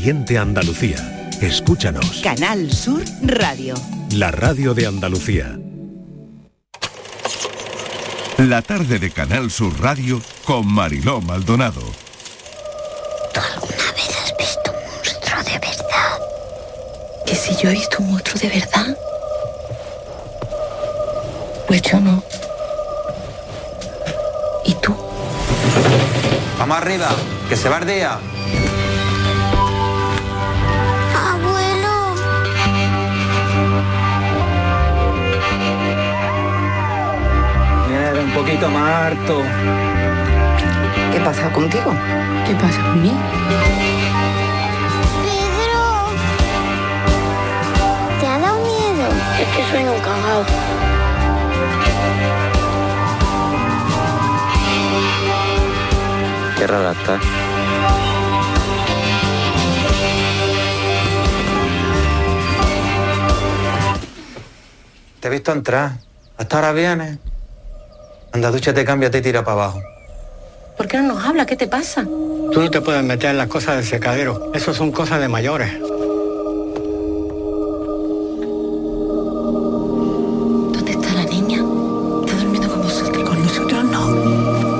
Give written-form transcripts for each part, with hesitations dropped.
Siente Andalucía. Escúchanos. Canal Sur Radio. La radio de Andalucía. La tarde de Canal Sur Radio con Mariló Maldonado. ¿Tú alguna vez has visto un monstruo de verdad? ¿Que si yo he visto un monstruo de verdad? Pues yo no. ¿Y tú? Vamos arriba, que se va el día. ¡Abuelo! Mira, un poquito más harto. ¿Qué pasa contigo? ¿Qué pasa conmigo? ¡Pedro! ¿Te ha dado miedo? Es que soy un cagao. Qué rara está. Te he visto entrar. Hasta ahora vienes. Anda, dúchate, cámbiate y tira para abajo. ¿Por qué no nos habla? ¿Qué te pasa? Tú no te puedes meter en las cosas del secadero. Eso son cosas de mayores. ¿Dónde está la niña? ¿Está durmiendo con vosotros? Con nosotros no.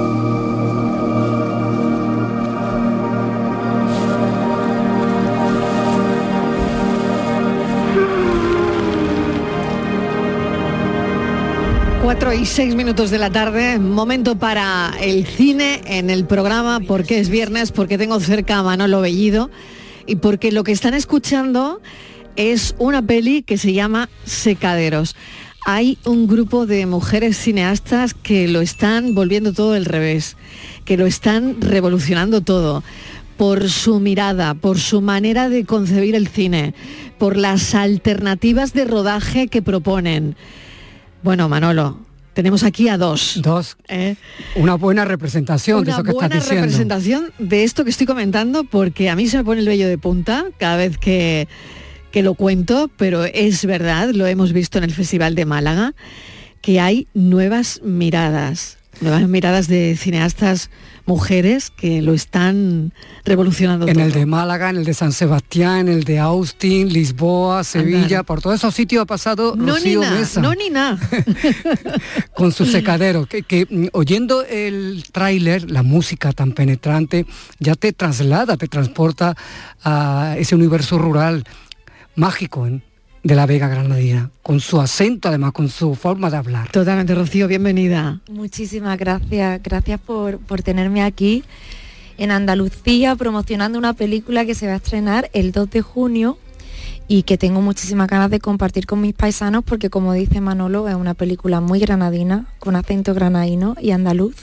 Cuatro y 6 minutos de la tarde, momento para el cine en el programa, porque es viernes, porque tengo cerca a Manolo Bellido y porque lo que están escuchando es una peli que se llama Secaderos. Hay un grupo de mujeres cineastas que lo están volviendo todo al revés, que lo están revolucionando todo, por su mirada, por su manera de concebir el cine, por las alternativas de rodaje que proponen. Bueno, Manolo, tenemos aquí a dos. Una buena representación de eso que estás diciendo. Una buena representación de esto que estoy comentando, porque a mí se me pone el vello de punta cada vez que lo cuento, pero es verdad, lo hemos visto en el Festival de Málaga, que hay nuevas miradas de cineastas mujeres que lo están revolucionando en todo. el de Málaga, en el de San Sebastián, en el de Austin, Lisboa, Sevilla, por todos esos sitios ha pasado Rocío Mesa. No ni nada. Con su secadero, que oyendo el tráiler, la música tan penetrante, ya te transporta a ese universo rural mágico, de la Vega granadina, con su acento, además, con su forma de hablar. Totalmente, Rocío, bienvenida. Muchísimas gracias por tenerme aquí en Andalucía, promocionando una película que se va a estrenar el 2 de junio y que tengo muchísimas ganas de compartir con mis paisanos, porque como dice Manolo, es una película muy granadina, con acento granadino y andaluz.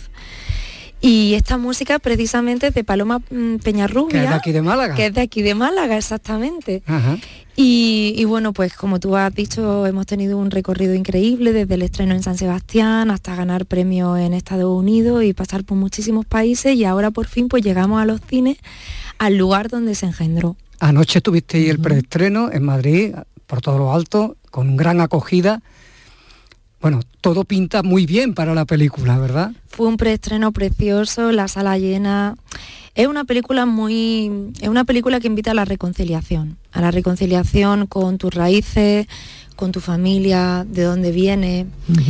Y esta música precisamente es de Paloma Peñarrubia. Que es de aquí de Málaga. Que es de aquí de Málaga, exactamente. Ajá. Y bueno, pues como tú has dicho, hemos tenido un recorrido increíble desde el estreno en San Sebastián hasta ganar premios en Estados Unidos y pasar por muchísimos países, y ahora por fin pues llegamos a los cines, al lugar donde se engendró. Anoche tuviste ahí el preestreno en Madrid, por todo lo alto, con gran acogida. Bueno, todo pinta muy bien para la película, ¿verdad? Fue un preestreno precioso, la sala llena. Es una película que invita a la reconciliación con tus raíces, con tu familia, de dónde vienes,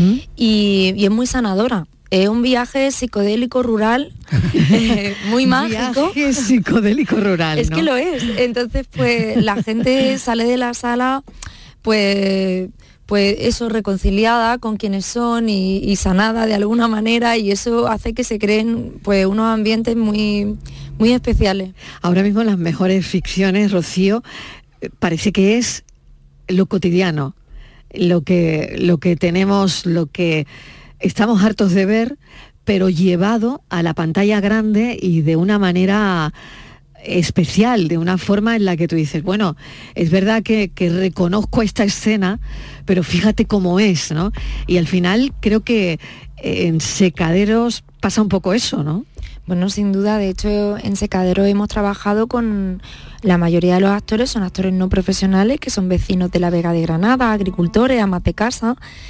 y es muy sanadora. Es un viaje psicodélico rural, muy mágico. Viaje psicodélico rural, es ¿no? que lo es. Entonces, pues la gente sale de la sala, pues eso, reconciliada con quienes son y sanada de alguna manera, y eso hace que se creen pues unos ambientes muy, muy especiales. Ahora mismo las mejores ficciones, Rocío, parece que es lo cotidiano, lo que tenemos, lo que estamos hartos de ver, pero llevado a la pantalla grande y de una manera especial, de una forma en la que tú dices, bueno, es verdad que reconozco esta escena, pero fíjate cómo es, ¿no? Y al final creo que en Secaderos pasa un poco eso, ¿no? Bueno, sin duda, de hecho en Secaderos hemos trabajado con la mayoría de los actores, son actores no profesionales, que son vecinos de la Vega de Granada, agricultores, amas de casa,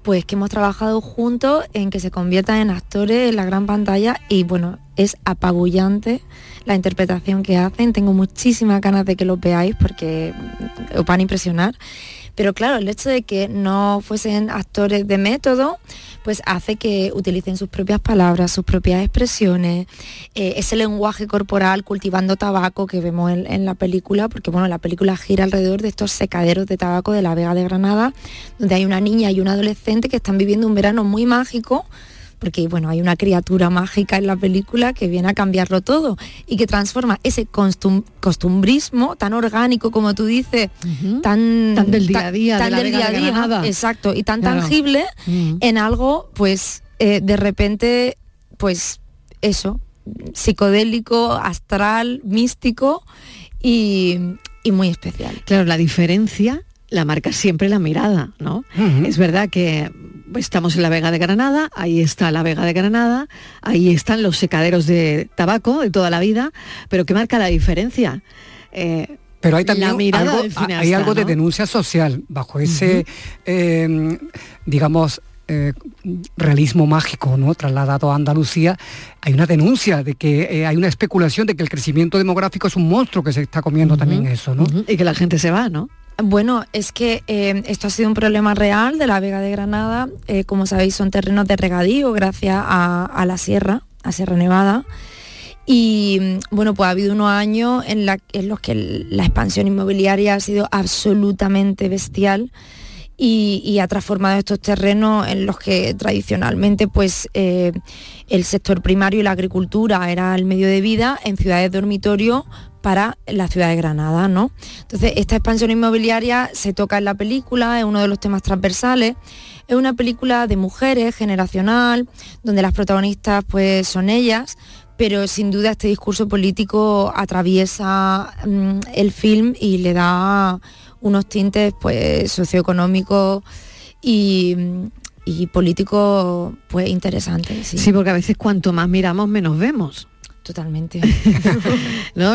pues que hemos trabajado juntos en que se conviertan en actores en la gran pantalla y bueno, es apabullante la interpretación que hacen. Tengo muchísimas ganas de que los veáis porque os van a impresionar. Pero claro, el hecho de que no fuesen actores de método, pues hace que utilicen sus propias palabras, sus propias expresiones, ese lenguaje corporal cultivando tabaco que vemos en la película, porque bueno, la película gira alrededor de estos secaderos de tabaco de la Vega de Granada, donde hay una niña y un adolescente que están viviendo un verano muy mágico, porque bueno, hay una criatura mágica en la película que viene a cambiarlo todo y que transforma ese costumbrismo tan orgánico, como tú dices, tan del día a día, tan del día a día, exacto, y tan tangible en algo, pues de repente, pues eso, psicodélico, astral, místico y muy especial. Claro, la diferencia la marca siempre la mirada, ¿no? Es verdad que estamos en la Vega de Granada, ahí está la Vega de Granada, ahí están los secaderos de tabaco de toda la vida, pero ¿qué marca la diferencia? Pero hay también algo de denuncia social bajo ese, digamos, realismo mágico, ¿no?, trasladado a Andalucía. Hay una denuncia de que hay una especulación de que el crecimiento demográfico es un monstruo que se está comiendo también eso, ¿no? Y que la gente se va, ¿no? Bueno, es que esto ha sido un problema real de la Vega de Granada. Como sabéis, son terrenos de regadío gracias a la Sierra Nevada. Y bueno, pues ha habido unos años en los que la expansión inmobiliaria ha sido absolutamente bestial y ha transformado estos terrenos en los que tradicionalmente pues el sector primario y la agricultura era el medio de vida en ciudades dormitorio para la ciudad de Granada, ¿no? Entonces, esta expansión inmobiliaria se toca en la película, es uno de los temas transversales. Es una película de mujeres, generacional, donde las protagonistas pues son ellas, pero sin duda este discurso político atraviesa el film y le da unos tintes pues socioeconómicos y políticos pues interesantes. Sí, porque a veces cuanto más miramos, menos vemos. Totalmente. ¿No?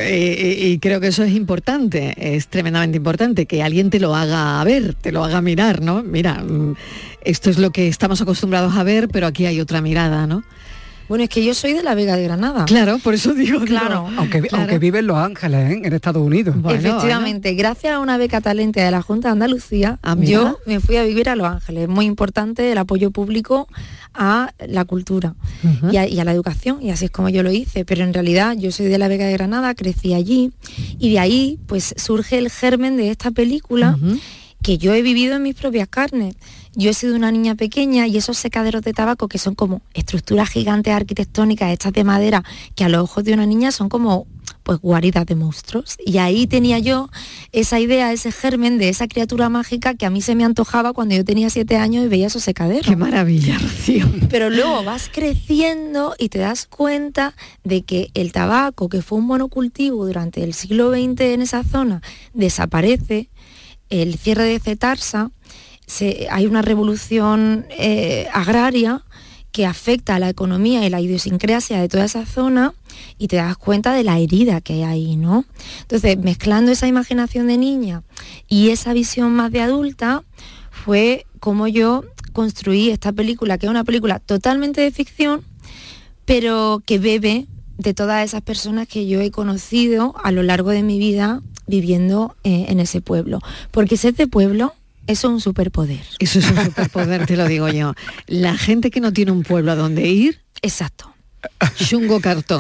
Y creo que eso es importante, es tremendamente importante, que alguien te lo haga ver, te lo haga mirar, ¿no? Mira, esto es lo que estamos acostumbrados a ver, pero aquí hay otra mirada, ¿no? Bueno, es que yo soy de la Vega de Granada. Claro, por eso digo. Claro. Aunque vive en Los Ángeles, en Estados Unidos. Bueno, efectivamente, gracias a una beca Talente de la Junta de Andalucía, yo me fui a vivir a Los Ángeles. Muy importante el apoyo público a la cultura y a la educación, y así es como yo lo hice. Pero en realidad yo soy de la Vega de Granada, crecí allí, y de ahí pues surge el germen de esta película que yo he vivido en mis propias carnes. Yo he sido una niña pequeña y esos secaderos de tabaco, que son como estructuras gigantes arquitectónicas hechas de madera, que a los ojos de una niña son como pues guaridas de monstruos. Y ahí tenía yo esa idea, ese germen de esa criatura mágica que a mí se me antojaba cuando yo tenía 7 años y veía esos secaderos. ¡Qué maravilla, Rocío! Pero luego vas creciendo y te das cuenta de que el tabaco, que fue un monocultivo durante el siglo XX en esa zona, desaparece. El cierre de Cetarsa, hay una revolución agraria que afecta a la economía y la idiosincrasia de toda esa zona, y te das cuenta de la herida que hay ahí, ¿no? Entonces, mezclando esa imaginación de niña y esa visión más de adulta, fue como yo construí esta película, que es una película totalmente de ficción, pero que bebe de todas esas personas que yo he conocido a lo largo de mi vida viviendo en ese pueblo. Porque ser de pueblo, eso es un superpoder. Eso es un superpoder, te lo digo yo. La gente que no tiene un pueblo a donde ir... Exacto. Chungo cartón.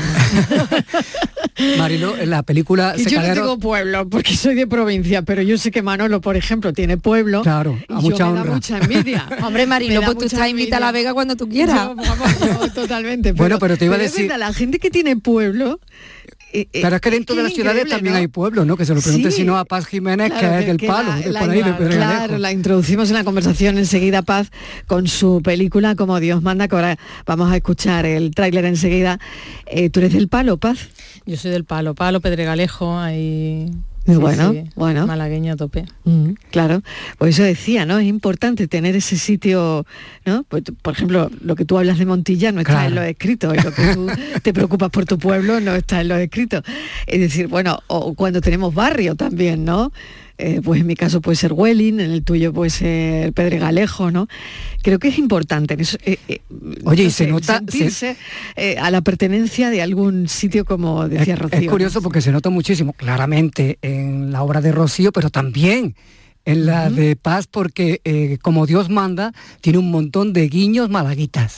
Mariló, en la película Yo no tengo pueblo porque soy de provincia, pero yo sé que Manolo, por ejemplo, tiene pueblo. Claro, a mucha honra. Me da mucha envidia. Hombre, Mariló, pues tú estás invita a la Vega cuando tú quieras. Yo, totalmente. Bueno, pero te iba a decir... Verdad, la gente que tiene pueblo... Pero es que dentro de las ciudades también, ¿no?, hay pueblos, ¿no? Que se lo pregunte si no a Paz Jiménez, claro, que es del Palo, por ahí de Pedro. Claro, la introducimos en la conversación enseguida, Paz, con su película Como Dios manda, que ahora vamos a escuchar el tráiler enseguida. ¿Tú eres del Palo, Paz? Yo soy del Palo, Pedregalejo, ahí... Bueno. Malagueño a tope. Claro, pues eso decía, ¿no? Es importante tener ese sitio, ¿no? Pues, por ejemplo, lo que tú hablas de Montilla no está en los escritos, y lo que tú te preocupas por tu pueblo no está en los escritos. Es decir, bueno, o cuando tenemos barrio también, ¿no? pues en mi caso puede ser Welling, en el tuyo puede ser Pedregalejo, ¿no? Creo que es importante oye, y se nota sentirse a la pertenencia de algún sitio, como decía Rocío. Es curioso, ¿no? Porque se nota muchísimo, claramente, en la obra de Rocío, pero también en la de Paz, porque como Dios manda, tiene un montón de guiños malaguitas.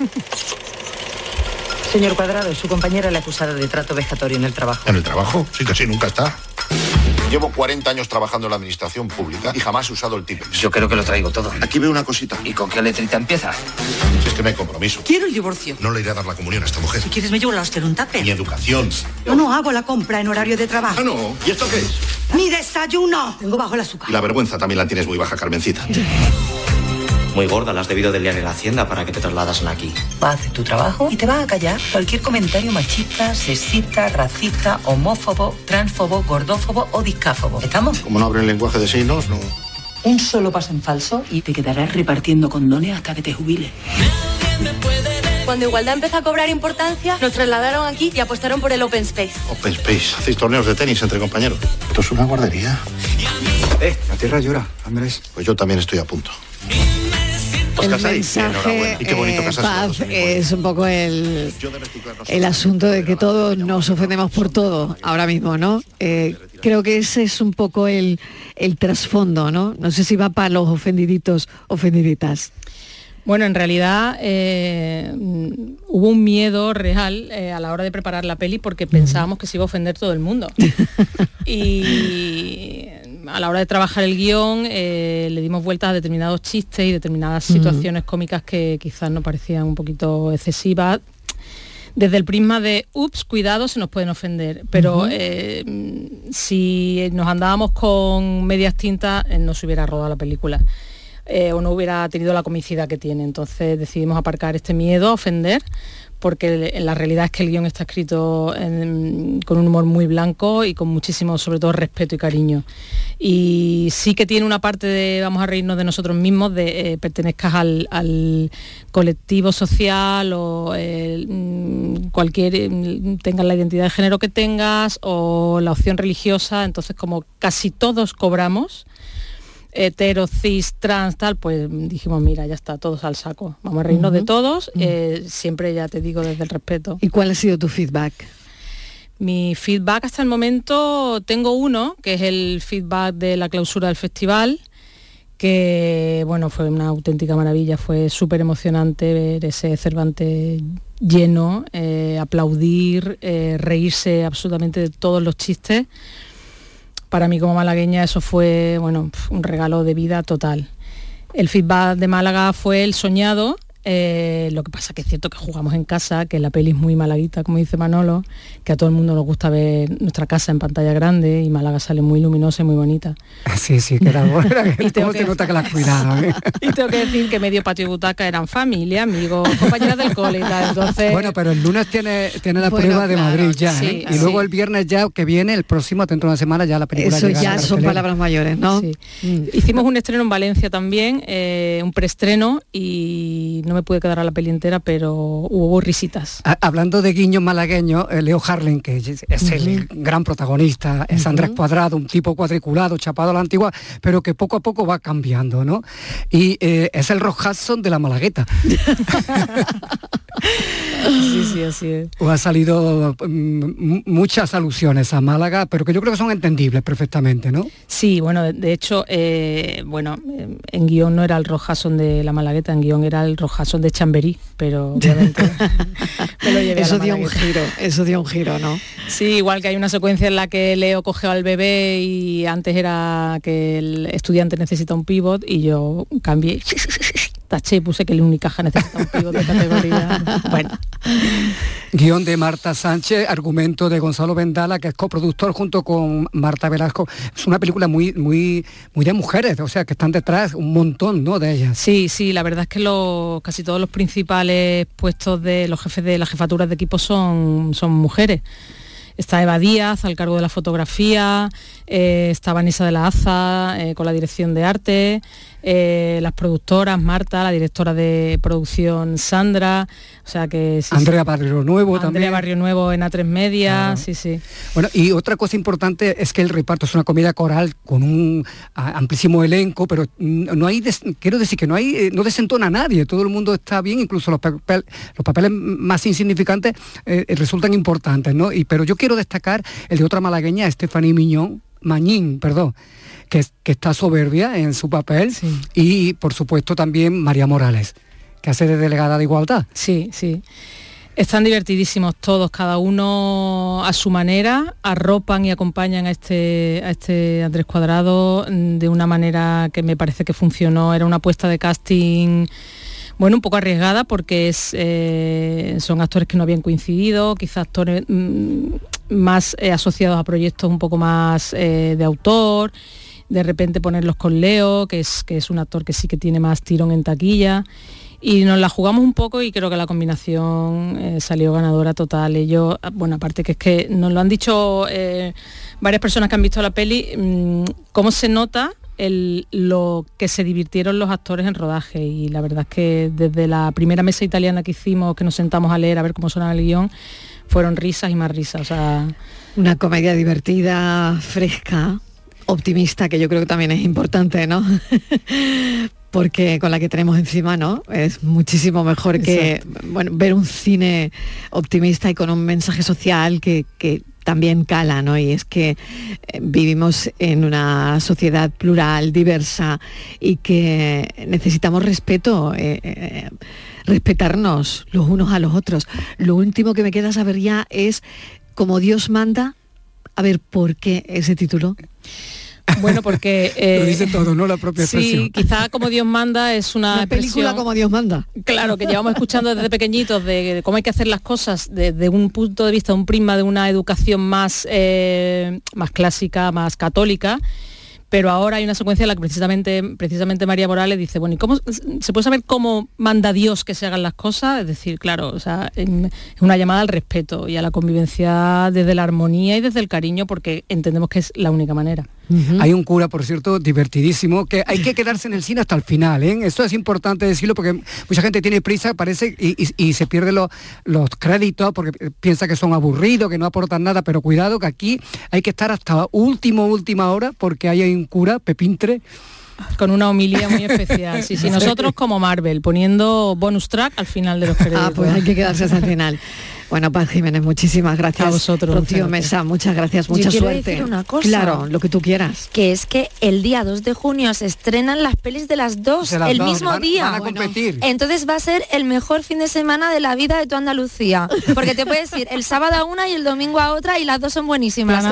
Señor Cuadrado, su compañera le ha acusado de trato vejatorio en el trabajo. ¿En el trabajo? Sí, casi nunca está. Llevo 40 años trabajando en la administración pública y jamás he usado el Típex. Yo creo que lo traigo todo. Aquí veo una cosita. ¿Y con qué letrita empieza? Si es que no hay compromiso. Quiero el divorcio. No le iré a dar la comunión a esta mujer. Si quieres me llevo la hostia en un tupper. Ni educación. Yo no hago la compra en horario de trabajo. Ah, no. ¿Y esto qué es? ¡Mi desayuno! Tengo bajo el azúcar. Y la vergüenza también la tienes muy baja, Carmencita. Muy gorda, la has debido de liar en la hacienda para que te trasladasen aquí. Va a hacer tu trabajo y te va a callar cualquier comentario machista, sexista, racista, homófobo, transfobo, gordófobo o discáfobo. ¿Estamos? Como no abre el lenguaje de signos, no. Un solo paso en falso y te quedarás repartiendo condones hasta que te jubiles. Cuando Igualdad empezó a cobrar importancia, nos trasladaron aquí y apostaron por el Open Space. Open Space. Hacéis torneos de tenis entre compañeros. Esto es una guardería. La tierra llora, Andrés. Pues yo también estoy a punto. El mensaje, y qué bonito Paz, es un poco el asunto de que todos nos ofendemos por todo ahora mismo, ¿no? Creo que ese es un poco el trasfondo, ¿no? No sé si va para los ofendiditos, ofendiditas. Bueno, en realidad hubo un miedo real a la hora de preparar la peli porque pensábamos que se iba a ofender todo el mundo. Y a la hora de trabajar el guión le dimos vueltas a determinados chistes y determinadas situaciones cómicas que quizás nos parecían un poquito excesivas. Desde el prisma de, cuidado, se nos pueden ofender, pero si nos andábamos con medias tintas, no se hubiera rodado la película. O no hubiera tenido la comicidad que tiene. Entonces decidimos aparcar este miedo a ofender, porque la realidad es que el guión está escrito con un humor muy blanco y con muchísimo, sobre todo, respeto y cariño. Y sí que tiene una parte de vamos a reírnos de nosotros mismos, de pertenezcas al colectivo social o tengas la identidad de género que tengas o la opción religiosa. Entonces, como casi todos cobramos, hetero, cis, trans, tal, pues dijimos, mira, ya está, todos al saco. Vamos a reírnos de todos, siempre, ya te digo, desde el respeto. ¿Y cuál ha sido tu feedback? Mi feedback hasta el momento, tengo uno, que es el feedback de la clausura del festival, que, bueno, fue una auténtica maravilla, fue súper emocionante ver ese Cervantes lleno, aplaudir, reírse absolutamente de todos los chistes. Para mí como malagueña eso fue, bueno, un regalo de vida total. El feedback de Málaga fue el soñado, lo que pasa que es cierto que jugamos en casa, que la peli es muy malaguita, como dice Manolo, que a todo el mundo nos gusta ver nuestra casa en pantalla grande y Málaga sale muy luminosa y muy bonita. Sí, queda buena. ¿Cómo se nota que la has cuidado? Y tengo que decir que medio patio butaca eran familia, amigos, compañeras del cole y tal, entonces... Bueno, pero el lunes tiene la prueba de Madrid ya, sí, y luego el viernes ya que viene, el próximo, dentro de una semana, ya la película eso llega. Ya son palabras mayores, ¿no? Sí. Hicimos un estreno en Valencia también, un preestreno, y no me pude quedar a la peli entera, pero hubo risitas. Hablando de guiños malagueños, Leo Harlem, que es el gran protagonista, es Andrés Cuadrado, un tipo cuadriculado, chapado a la antigua, pero que poco a poco va cambiando, ¿no? Y es el Rock Hudson de la Malagueta. Sí, así es. Ha salido muchas alusiones a Málaga, pero que yo creo que son entendibles perfectamente, ¿no? Sí, bueno, de hecho, en guión no era el Rock Hudson de la Malagueta, en guión era el Rock Hudson de Chamberí, pero obviamente me lo llevé eso a la dio un giro, eso dio un giro, ¿no? Sí, igual que hay una secuencia en la que Leo coge al bebé y antes era que el estudiante necesita un pivot y yo cambié, taché y puse que el Unicaja necesita un pivot de categoría. Bueno. Guión de Marta Sánchez, argumento de Gonzalo Vendala, que es coproductor junto con Marta Velasco. Es una película muy de mujeres, o sea, que están detrás un montón, ¿no?, de ellas. Sí, la verdad es que casi todos los principales puestos de los jefes de las jefaturas de equipo son mujeres. Está Eva Díaz al cargo de la fotografía, está Vanessa de la Aza con la dirección de arte, las productoras, Marta, la directora de producción Sandra, o sea que... Sí, Andrea Barrio Nuevo también. Andrea Barrio Nuevo en A3 Media, sí. Bueno, y otra cosa importante es que el reparto es una comedia coral con un amplísimo elenco, pero no hay, quiero decir que no desentona a nadie, todo el mundo está bien, incluso los papeles más insignificantes resultan importantes, ¿no? Pero yo quiero destacar el de otra malagueña, Stephanie Mañín, que está soberbia en su papel, y por supuesto también María Morales, que hace de delegada de Igualdad. Sí. Están divertidísimos todos, cada uno a su manera, arropan y acompañan a este Andrés Cuadrado de una manera que me parece que funcionó. Era una apuesta de casting, bueno, un poco arriesgada porque son actores que no habían coincidido, quizás actores más asociados a proyectos un poco más de autor. De repente ponerlos con Leo, que es un actor que sí que tiene más tirón en taquilla, y nos la jugamos un poco y creo que la combinación salió ganadora total. Ellos, bueno, aparte que es que nos lo han dicho varias personas que han visto la peli, cómo se nota lo que se divirtieron los actores en rodaje, y la verdad es que desde la primera mesa italiana que hicimos, que nos sentamos a leer a ver cómo sonaba el guión, fueron risas y más risas, o sea... Una comedia divertida, fresca, optimista, que yo creo que también es importante, ¿no? Porque con la que tenemos encima, ¿no? Es muchísimo mejor que ver un cine optimista y con un mensaje social que también cala, ¿no? Y es que vivimos en una sociedad plural, diversa, y que necesitamos respeto, respetarnos los unos a los otros. Lo último que me queda saber ya es, como Dios manda, a ver, ¿por qué ese título? Bueno, porque... lo dice todo, ¿no? La propia expresión. Sí, quizá Como Dios manda es una película como Dios manda. Claro, que llevamos escuchando desde pequeñitos de cómo hay que hacer las cosas desde un punto de vista, un prisma de una educación más clásica, más católica. Pero ahora hay una secuencia en la que precisamente María Morales dice, bueno, ¿y cómo se puede saber cómo manda Dios que se hagan las cosas? Es decir, claro, o sea, es una llamada al respeto y a la convivencia desde la armonía y desde el cariño, porque entendemos que es la única manera. Hay un cura, por cierto, divertidísimo, que hay que quedarse en el cine hasta el final, ¿eh? Esto es importante decirlo porque mucha gente tiene prisa, parece, y se pierde los créditos porque piensa que son aburridos, que no aportan nada, pero cuidado que aquí hay que estar hasta última hora porque hay un cura, Pepintre, con una homilía muy especial. Sí, nosotros como Marvel, poniendo bonus track al final de los créditos. Pues hay que quedarse hasta el final. Bueno, Paz Jiménez, muchísimas gracias. A vosotros. Rocío Mesa, muchas gracias, mucha suerte. Yo quiero decir una cosa. Claro, lo que tú quieras. Que es que el día 2 de junio se estrenan las pelis de las dos, mismo día. Van a competir. Entonces va a ser el mejor fin de semana de la vida de tu Andalucía. Porque te puedes ir el sábado a una y el domingo a otra, y las dos son buenísimas.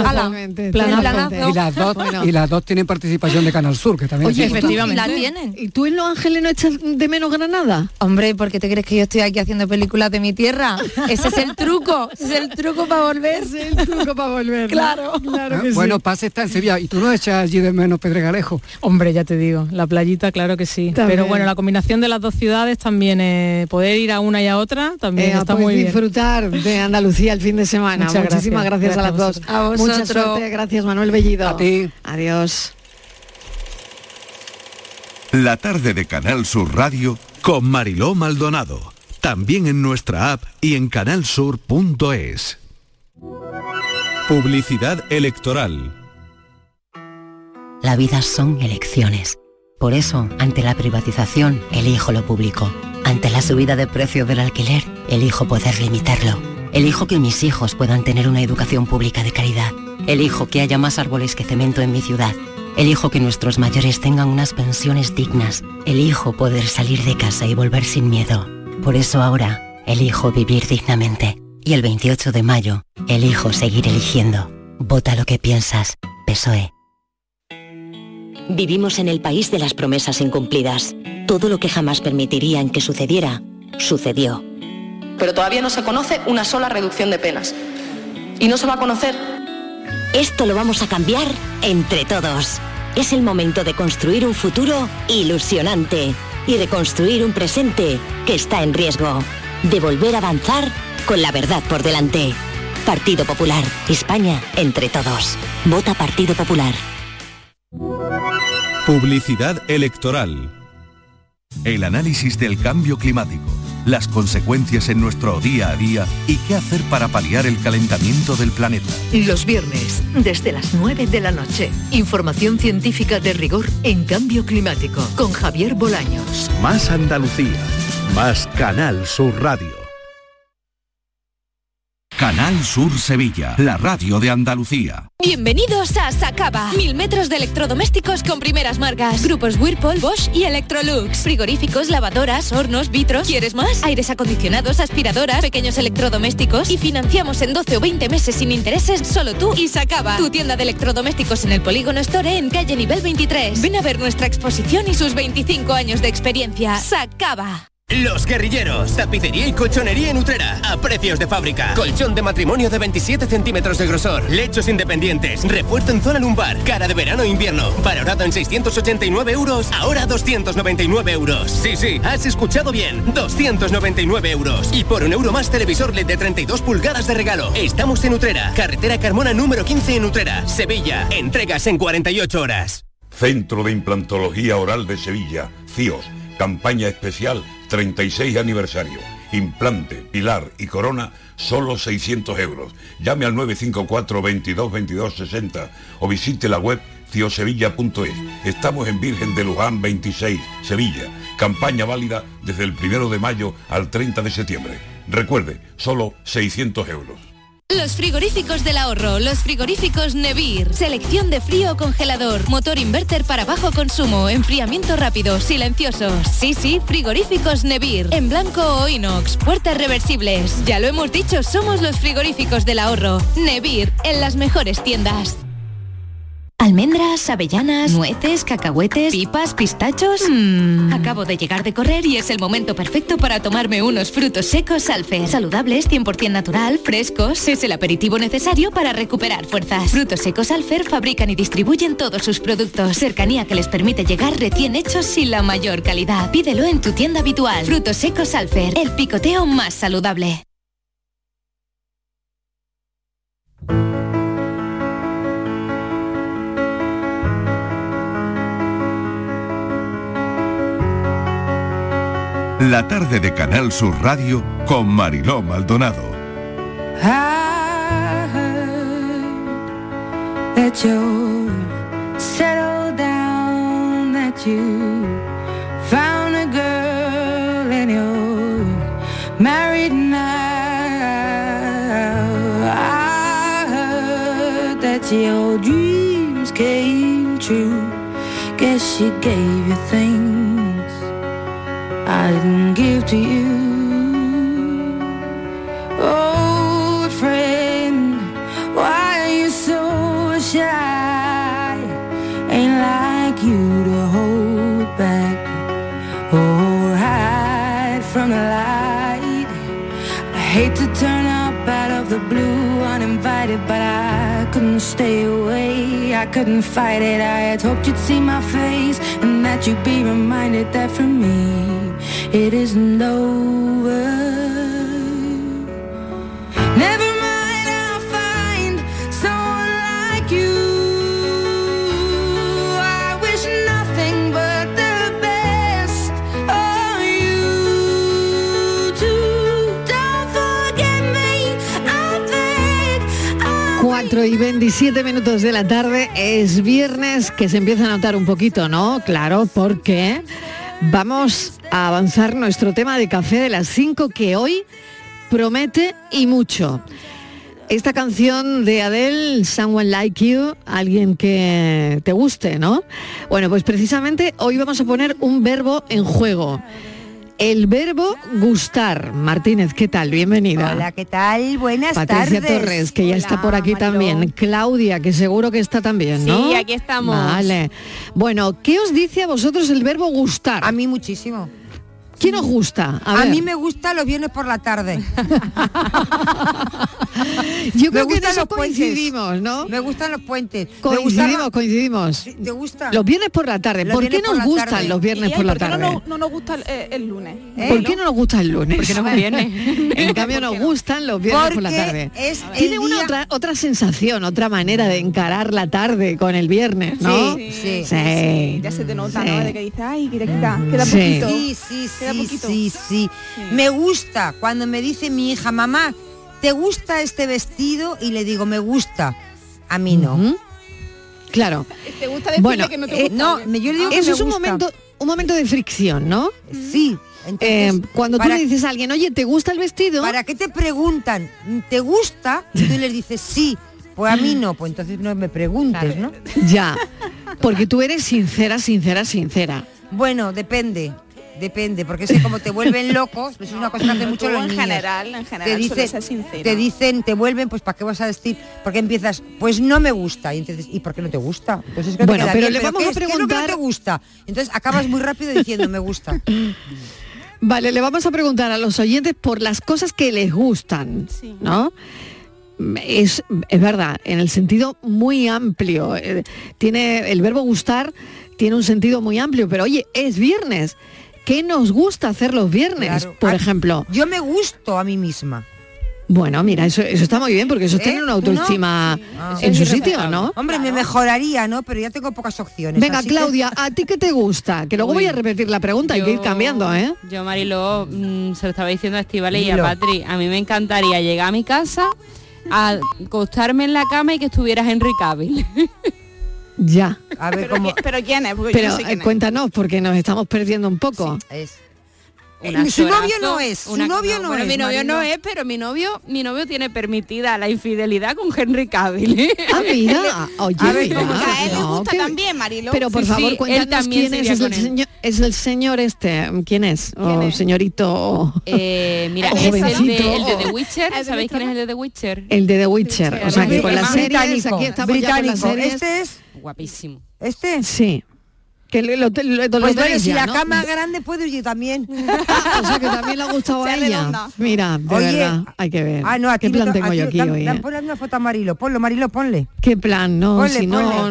Planazo. Y las dos tienen participación de Canal Sur, que también... Oye, efectivamente. La tienen. ¿Y tú en Los Ángeles no echas de menos Granada? Hombre, ¿por qué te crees que yo estoy aquí haciendo películas de mi tierra? Ese es el truco. Es el truco para volver. Es el truco para volver. Claro. Que bueno, sí. Paz está en Sevilla y tú no echas allí de menos Pedregalejo. Hombre, ya te digo, la playita, claro que sí. También. Pero bueno, la combinación de las dos ciudades también, poder ir a una y a otra, también está muy bien. Disfrutar de Andalucía el fin de semana. Muchísimas gracias a las dos. A vosotros. Mucha suerte, gracias Manuel Bellido. A ti. Adiós. La tarde de Canal Sur Radio con Mariló Maldonado. También en nuestra app y en canalsur.es. Publicidad electoral. La vida son elecciones. Por eso, ante la privatización, elijo lo público. Ante la subida de precio del alquiler, elijo poder limitarlo. Elijo que mis hijos puedan tener una educación pública de calidad. Elijo que haya más árboles que cemento en mi ciudad. Elijo que nuestros mayores tengan unas pensiones dignas. Elijo poder salir de casa y volver sin miedo. Por eso ahora, elijo vivir dignamente. Y el 28 de mayo, elijo seguir eligiendo. Vota lo que piensas. PSOE. Vivimos en el país de las promesas incumplidas. Todo lo que jamás permitirían que sucediera, sucedió. Pero todavía no se conoce una sola reducción de penas. Y no se va a conocer. Esto lo vamos a cambiar entre todos. Es el momento de construir un futuro ilusionante y de construir un presente que está en riesgo. De volver a avanzar con la verdad por delante. Partido Popular. España entre todos. Vota Partido Popular. Publicidad electoral. El análisis del cambio climático, las consecuencias en nuestro día a día y qué hacer para paliar el calentamiento del planeta. Los viernes, desde las 9 de la noche, información científica de rigor en cambio climático, con Javier Bolaños. Más Andalucía, más Canal Sur Radio. Canal Sur Sevilla, la radio de Andalucía. Bienvenidos a Sacaba. 1000 metros de electrodomésticos con primeras marcas. Grupos Whirlpool, Bosch y Electrolux. Frigoríficos, lavadoras, hornos, vitros. ¿Quieres más? Aires acondicionados, aspiradoras, pequeños electrodomésticos. Y financiamos en 12 o 20 meses sin intereses solo tú y Sacaba. Tu tienda de electrodomésticos en el Polígono Store en calle nivel 23. Ven a ver nuestra exposición y sus 25 años de experiencia. Sacaba. Los Guerrilleros, tapicería y colchonería en Utrera, a precios de fábrica. Colchón de matrimonio de 27 centímetros de grosor, lechos independientes, refuerzo en zona lumbar, cara de verano e invierno, valorado en 689 euros, ahora 299 euros. Sí, has escuchado bien, 299 euros. Y por €1 más televisor LED de 32 pulgadas de regalo. Estamos en Utrera, carretera Carmona número 15 en Utrera, Sevilla. Entregas en 48 horas. Centro de Implantología Oral de Sevilla, CIOS, campaña especial 36 aniversario. Implante, pilar y corona, solo 600 euros. Llame al 954 22 22 60 o visite la web ciosevilla.es. Estamos en Virgen de Luján 26, Sevilla. Campaña válida desde el 1 de mayo al 30 de septiembre. Recuerde, solo 600 euros. Los frigoríficos del ahorro, los frigoríficos Nevir. Selección de frío o congelador, motor inverter para bajo consumo, enfriamiento rápido, silenciosos. Sí, frigoríficos Nevir. En blanco o inox, puertas reversibles. Ya lo hemos dicho, somos los frigoríficos del ahorro. Nevir, en las mejores tiendas. Almendras, avellanas, nueces, cacahuetes, pipas, pistachos. Acabo de llegar de correr y es el momento perfecto para tomarme unos frutos secos Alfer. Saludables, 100% natural, frescos. Es el aperitivo necesario para recuperar fuerzas. Frutos secos Alfer fabrican y distribuyen todos sus productos. Cercanía que les permite llegar recién hechos y la mayor calidad. Pídelo en tu tienda habitual. Frutos secos Alfer, el picoteo más saludable. La tarde de Canal Sur Radio con Mariló Maldonado. I heard that you settled down, that you found a girl and you're married now. I heard that your dreams came true. Guess she gave you things I didn't give to you. Oh, friend, why are you so shy? Ain't like you to hold back or hide from the light. I hate to turn up out of the blue uninvited, but I couldn't stay away. I couldn't fight it. I had hoped you'd see my face and that you'd be reminded that for me it isn't over. Never mind, I'll find someone like you. I wish nothing but the best of you too. Don't forget me, I beg. 4:27 de la tarde, es viernes, que se empieza a notar un poquito, ¿no? Claro, porque vamos a avanzar nuestro tema de café de las 5, que hoy promete y mucho. Esta canción de Adele, Someone Like You, alguien que te guste, ¿no? Bueno, pues precisamente hoy vamos a poner un verbo en juego. El verbo gustar. Martínez, ¿qué tal? Bienvenida. Hola, ¿qué tal? Buenas Patricia tardes. Torres, que ya Hola, está por aquí Mariló. también. Claudia, que seguro que está también, ¿no? Sí, aquí estamos. Vale. Bueno, ¿qué os dice a vosotros el verbo gustar? A mí muchísimo. ¿Quién os gusta? A mí me gustan los viernes por la tarde. Yo creo que en eso coincidimos, ¿no? Me gustan los puentes. Coincidimos. ¿Te gusta? Los viernes por la tarde. ¿Por qué nos gustan los viernes por la tarde? No nos gusta el lunes. ¿Por qué no nos gusta el lunes? Porque no es viernes. En cambio nos gustan los viernes por la tarde. Tiene una otra sensación, otra manera de encarar la tarde con el viernes, ¿no? Sí. Ya se te nota, ¿no? De que dices, ay, queda poquito. Sí. Me gusta cuando me dice mi hija, mamá, ¿te gusta este vestido? Y le digo, me gusta. A mí no. Claro. ¿Te gusta decirle que no te gusta? No, yo le digo que eso me es un momento de fricción, ¿no? Sí. Entonces, cuando tú le dices a alguien, oye, ¿te gusta el vestido? ¿Para qué te preguntan? ¿Te gusta? Y tú les dices, sí. Pues a mí no, pues entonces no me preguntes, ¿no? Ya, porque tú eres sincera. Bueno, depende, porque sé como te vuelven locos, pues es una cosa que hace mucho los niños. En general, te dicen, te vuelven, pues ¿para qué vas a vestir? Porque empiezas, pues no me gusta, y entonces, ¿y por qué no te gusta? Entonces, bueno, pero bien, le vamos a preguntar... ¿qué es lo que no te gusta? Entonces acabas muy rápido diciendo, me gusta. Vale, le vamos a preguntar a los oyentes por las cosas que les gustan, ¿no? Es verdad, en el sentido muy amplio. Tiene el verbo gustar, tiene un sentido muy amplio, pero oye, es viernes. ¿Qué nos gusta hacer los viernes, claro, por ejemplo? Yo me gusto a mí misma. Bueno, mira, eso está muy bien, porque eso es tener una autoestima en su sitio, ¿no? Hombre, me mejoraría, ¿no? Pero ya tengo pocas opciones. Venga, Claudia, ¿a ti qué te gusta? Que luego voy a repetir la pregunta, hay que ir cambiando, ¿eh? Yo, Mariló, se lo estaba diciendo a Estíbaliz y a Patri, a mí me encantaría llegar a mi casa, a acostarme en la cama y que estuviera Henry Cavill. Ya. A ver, pero ¿quién es? Porque pero yo no sé quién cuéntanos, porque nos estamos perdiendo un poco. Su novio no es, mi novio no es, pero mi novio tiene permitida la infidelidad con Henry Cavill. Ah, mira, oye, a ver, a él le gusta también, Marilo. Pero por favor, cuéntanos quién es el señor este, ¿quién es? Señorito. Mira, es el de The Witcher. ¿Sabéis quién es el de The Witcher? El de The Witcher, o sea que con las series, aquí estamos ya con las series. Este es guapísimo. ¿Este? Sí. Que pues bueno, si la ¿no? cama grande puedo ir también. O sea que también le ha gustado a ella. Mira, de verdad, hay que ver. ¿Qué plan tengo yo aquí hoy? Ponle una foto a Marilo, Marilo, ponle. ¿Qué plan? No, ponle, si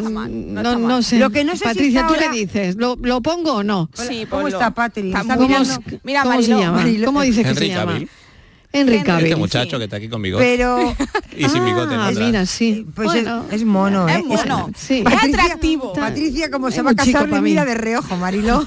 no sé. Lo que no sé Patricia, si ¿tú qué dices? ¿Lo pongo o no? Sí, ¿cómo está Patri? Mira, ¿cómo se llama? ¿Cómo dices que se llama? Henry Cavill. Este muchacho que está aquí con bigote. Pero... y sin bigote. Mira, sí. Pues bueno, es mono, ¿eh? Es mono. Sí. Patricia, es atractivo. Patricia, como se va a casar, me mira de reojo, Mariló.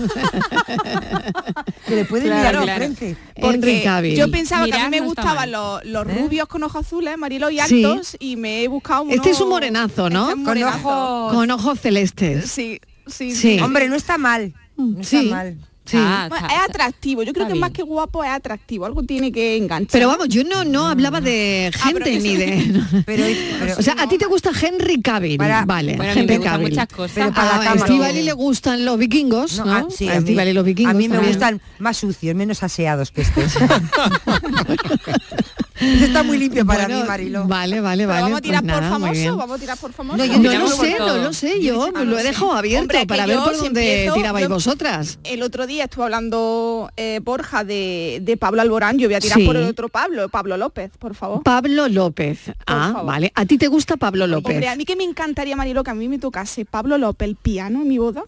Que le puede mirar de frente. Henry Cavill. Yo pensaba que a mí me gustaban los rubios con ojos azules, Mariló, y altos, y me he buscado uno... Este es un morenazo, ¿no? Con ojos celestes. Sí. Hombre, no está mal. No está mal. Sí. Bueno, es atractivo, yo creo que más que guapo es atractivo, algo tiene que enganchar. Pero vamos, yo no hablaba de gente ni de... Pero, o sea, a ti te gusta Henry Cavill, vale, bueno, Henry Cavill. Muchas cosas. Pero para a Estíbaliz le gustan los vikingos, ¿no? Sí, a Estíbaliz los vikingos. A mí me también gustan más sucios, menos aseados que estos. Eso está muy limpio para mí, Mariló. Vale. ¿Vamos a tirar pues por nada, famoso? ¿Vamos a tirar por famoso? No, yo no lo sé, yo lo he dejado abierto para ver por dónde tirabais vosotras. El otro día estuve hablando, Borja, de Pablo Alborán. Yo voy a tirar por el otro Pablo López, por favor. Pablo López. Vale. ¿A ti te gusta Pablo López? Hombre, a mí que me encantaría, Mariló, que a mí me tocase Pablo López, el piano en mi boda.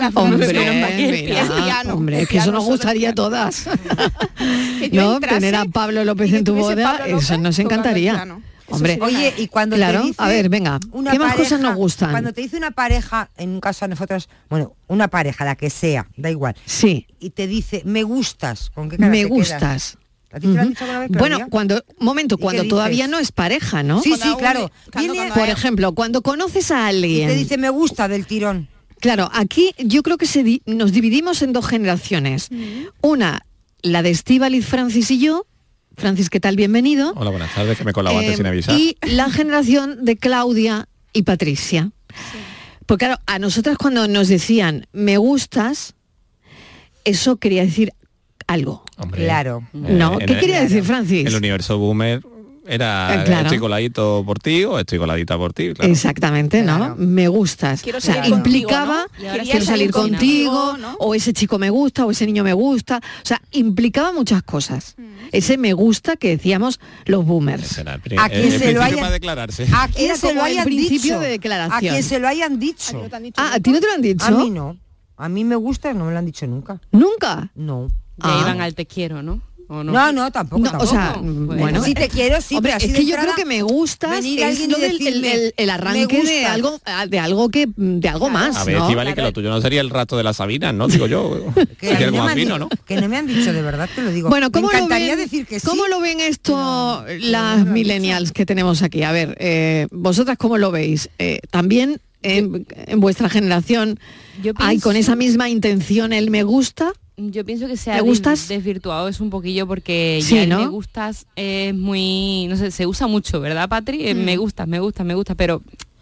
Hombre, es que eso nos gustaría a todas. No, tener a Pablo López en tu boda, eso nos encantaría. Hombre, oye, y cuando te dice a ver, venga, ¿qué más cosas nos gustan? Cuando te dice una pareja, en un caso a nosotros, bueno, una pareja, la que sea, da igual. Sí. Y te dice, me gustas, ¿con qué cara me te gustas? ¿A ti te lo han dicho alguna vez, bueno, cuando todavía no es pareja, ¿no? Sí, claro. Por ejemplo, cuando conoces a alguien. Y te dice, me gusta del tirón. Claro, aquí yo creo que nos dividimos en dos generaciones. Una, la de Estíbaliz, Francis y yo. Francis, ¿qué tal? Bienvenido. Hola, buenas tardes, que me he colado antes sin avisar. Y la generación de Claudia y Patricia. Sí. Porque claro, a nosotras cuando nos decían me gustas, eso quería decir algo. Hombre, claro. ¿Qué quería decir, Francis? El universo boomer Era Claro. estoy coladito por ti o estoy coladita por ti. Claro. Exactamente, ¿no? Me gustas. Quiero O sea, salir implicaba, contigo, ¿no? quiero salir contigo, ¿no? o ese chico me gusta, o ese niño me gusta. O sea, implicaba muchas cosas. Ese me gusta que decíamos los boomers. A quien se lo hayan- para declararse. A quien Era se lo como el hayan principio dicho. de declaración. A quien se lo hayan dicho. ¿A ti no te lo han dicho? A mí no. A mí me gusta, no me lo han dicho nunca. ¿Nunca? No. Ya iban al te quiero, ¿no? ¿O no? No, tampoco. No, o sea, Pues, bueno, sí te quiero, sí, hombre, pero así es de que yo entrada, creo que me gustas venir es alguien lo y del decirme, el arranque "Me de gustas". algo más, A ver, ¿no? Estivali, que lo tuyo no sería el rato de las Sabinas, ¿no? Digo yo. Que, Si a mí quieres no me más han fino, dicho- ¿no? que no me han dicho, de verdad te lo digo. Bueno, me ¿cómo lo encantaría ven, decir que sí. ¿cómo lo ven esto las millennials que tenemos aquí? A ver, vosotras cómo lo veis. También en vuestra generación hay con esa misma intención el me gusta. Yo pienso que se ¿Me ha gustas? desvirtuado es un poquillo porque Sí, ya el ¿no? me gustas es muy, no sé, se usa mucho, ¿verdad, Patri? Me gusta, pero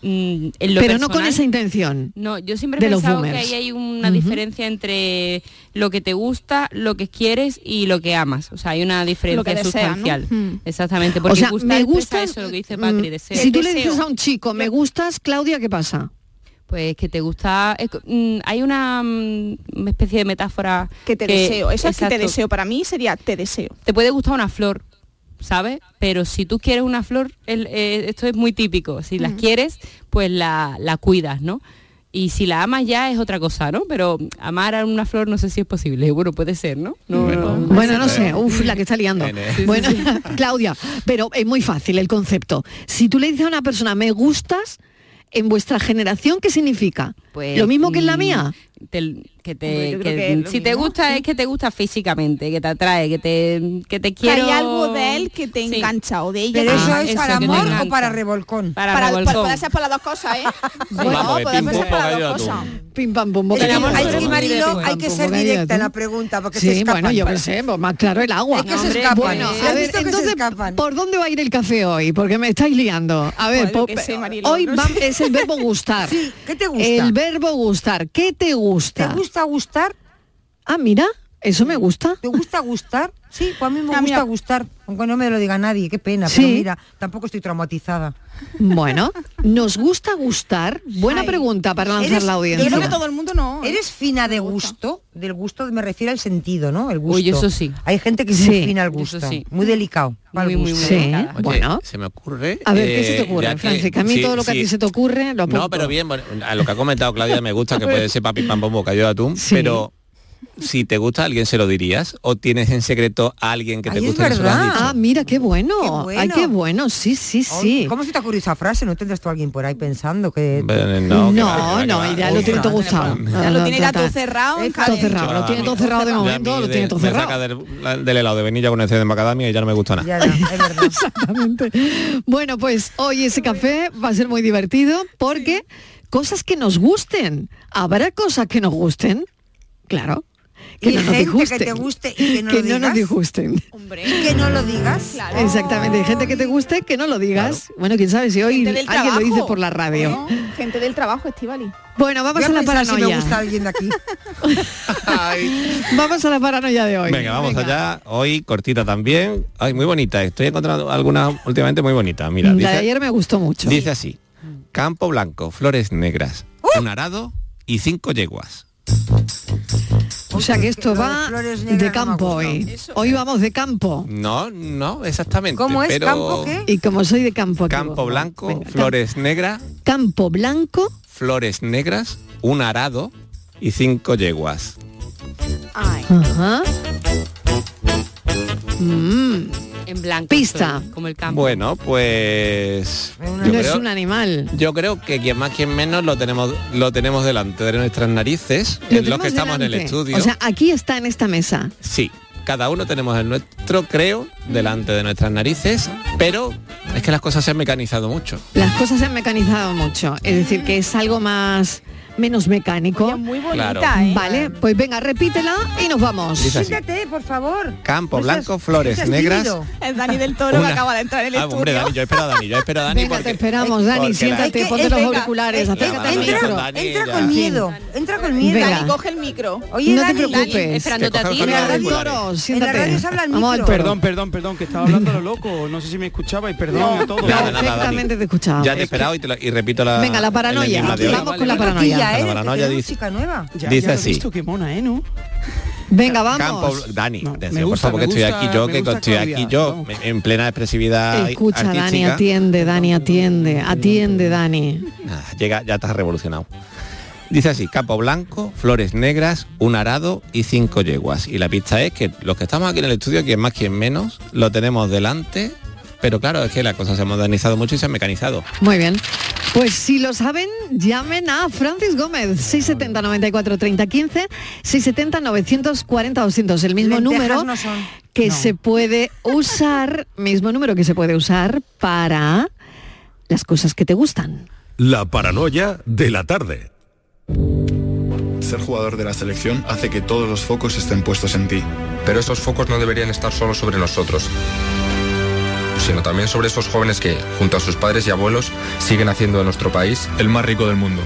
en lo Pero no personal, con esa intención. No, yo siempre de he los pensado que boomers. ahí hay una Ujú. diferencia entre lo que te gusta, lo que quieres y lo que amas. O sea, hay una diferencia Lo que desea, ¿no? sustancial. Mm. Exactamente, porque O sea, gustar me expresa gustas. eso, lo que dice Patri, deseo. Si tú le Deseo. dices a un chico, me gustas, Claudia, ¿qué pasa? Pues que te gusta, hay una especie de metáfora Que te deseo. Eso es que te exacto. deseo. Para mí sería te deseo. Te puede gustar una flor, ¿sabes? Pero si tú quieres una flor, esto es muy típico, si las quieres, pues la cuidas, ¿no? Y si la amas ya es otra cosa, ¿no? Pero amar a una flor no sé si es posible. Bueno, puede ser, ¿no? Bueno, no sé, la que está liando. Sí, Bueno, sí, sí. Claudia, pero es muy fácil el concepto. Si tú le dices a una persona, me gustas, en vuestra generación, ¿qué significa? Pues, ¿Lo mismo que en la mía? Hombre, yo creo que que es lo si te mismo, gusta sí. es que te gusta físicamente, que te atrae, que te Que hay quiero. algo de él que te Sí. engancha o de ella. Pero que eso te es engancha. para que te amor o engancha. para revolcón. Para revolcón. Puede ser para las dos cosas, ¿eh? Vamos, de puede pim, ser pum, para las bocadillo dos de cosas. atún. Pim pam pum, Es que, bocadillo de hay atún. que, Marilo, hay que ser Bocadillo de directa en la atún. pregunta porque se Sí, escapan. bueno, yo qué sé, pues más claro el agua. Es que se Hombre, escapan. Bueno, ¿Sí a has ver, visto que se entonces, escapan? ¿por dónde va a ir el café hoy? Porque me estáis liando. A ver, Joder, yo qué sé, Mariló, hoy no sé. es el verbo gustar. Sí, ¿qué te gusta? El verbo gustar. ¿Qué te gusta? ¿Te gusta gustar? Ah, mira, eso me gusta. ¿Te gusta gustar? Sí, pues a mí me Ah, gusta mira. gustar, aunque no me lo diga nadie, qué pena, Sí. pero mira, tampoco estoy traumatizada. Bueno, ¿nos gusta gustar? Buena Ay, pregunta para lanzar eres- la Yo audiencia. creo que todo el mundo no. ¿Eres fina de gusto? Del gusto me refiero al sentido, ¿no? El gusto. Uy, eso sí. Hay gente que es Sí. muy fina al Eso gusto, sí. muy delicado. para el Muy, muy, gusto. muy Sí, delicada. Oye, bueno. se me ocurre. A ver, ¿qué se te ocurre, ya que- Francis? Que a mí sí, todo lo que a sí. ti se te ocurre lo apunto. No, pero bien, bueno, a lo que ha comentado Claudia me gusta, que puede ser papi, pam, pam, bocadillo de atún, Sí. pero si te gusta, ¿a alguien se lo dirías? ¿O tienes en secreto a alguien que te Ay, es gusta y se lo has verdad. dicho? Ah, mira, qué bueno. Qué bueno. Ay, qué bueno. Sí, sí, Ay, sí. ¿Cómo se te ocurrió esa frase? ¿No tendrás tú a alguien por ahí pensando que... No, No, que va, que va, que no, va. ya lo tiene todo gustado. Ya lo tiene ya todo cerrado. Todo cerrado, lo tiene todo cerrado de Ya a momento, mí lo tiene todo me cerrado. saca del helado de vainilla con el de macadamia y ya no me gusta nada. Ya, es verdad. Exactamente. Bueno, pues hoy ese café va a ser muy divertido porque cosas que nos gusten. ¿Habrá cosas que nos gusten? Claro. Que Y no nos gente disgusten. que te guste y que no lo no nos digas. disgusten. Hombre. Y que no lo digas. Claro. Exactamente, hay gente que te guste, que no lo digas. Bueno, quién sabe si hoy Gente del alguien lo dice trabajo. por la radio. ¿No? Gente del trabajo, Estivali. Bueno, vamos Voy a la pensar si me paranoia. gusta alguien de aquí. Vamos a la paranoia de hoy. Venga, vamos allá. Hoy cortita también. Ay, muy bonita. Estoy encontrando algunas últimamente muy bonitas. Mira, La de dice, ayer me gustó mucho. dice así. Campo blanco, flores negras, un arado y 5 yeguas. O sea que esto Lo de va flores negras de no me ha campo gustado. hoy. Hoy vamos de campo. No, no, exactamente. ¿Cómo es? pero ¿Campo qué? Y como soy de campo aquí, Campo blanco, venga, flores negras, campo blanco. flores negras, un arado y 5 yeguas. Ay. Ajá. En blanco. Pista. estoy, como el campo. Bueno, pues No es un animal. yo creo que quien más quien menos lo tenemos delante de nuestras narices, Lo en los tenemos que estamos en el delante. estudio. O sea, aquí está en esta mesa. Sí, cada uno tenemos el nuestro, creo, delante de nuestras narices, pero Es que las cosas se han mecanizado mucho. Las cosas se han mecanizado mucho, es decir, que es algo menos mecánico. Oye, muy bonita, Claro. Vale, pues venga, repítela y nos vamos. Dice así. Siéntate, por favor. Campo No blanco, seas- flores no seas negras. tímido. Es Dani del Toro que acaba de entrar en el estudio. Hombre, Dani, yo espero a Dani. Venga, te esperamos, Dani, porque siéntate, ponte los auriculares, acércate al Entra, micro. entra con miedo. Entra con miedo. Venga. Dani, coge el micro. Oye, No te Dani, preocupes. Dani, esperándote a ti. Venga, del Toro, siéntate. En la radio se habla al Vamos al micro. Toro. Perdón, que estaba hablando a lo loco. No sé si me escuchabais, perdón a todos. Perfectamente te escuchaba. Ya te he esperado y repito la... Venga, la paranoia. el enigma de hoy. Vamos con la paranoia. La paranoia dice, nueva. dice lo he así. visto, qué mona, ¿no? Venga, vamos. Campo, Dani, atención, me gusta, por favor, que me estoy gusta, aquí yo, me que gusta estoy aquí Claudia, yo, en plena expresividad Escucha, Dani, artística. atiende, Dani. Nada, llega, ya estás revolucionado. Dice así, campo blanco, flores negras, un arado y 5 yeguas. Y la pista es que los que estamos aquí en el estudio, quien más, quien menos, lo tenemos delante, pero claro, es que las cosas se han modernizado mucho y se han mecanizado. Muy bien. Pues si lo saben, llamen a Francis Gómez, 670 94 30 15, 670 940 200, el mismo Lentejas número no son. que No. se puede usar, para las cosas que te gustan. La paranoia de la tarde. Ser jugador de la selección hace que todos los focos estén puestos en ti. Pero esos focos no deberían estar solo sobre nosotros, sino también sobre esos jóvenes que, junto a sus padres y abuelos, siguen haciendo de nuestro país El más rico del mundo.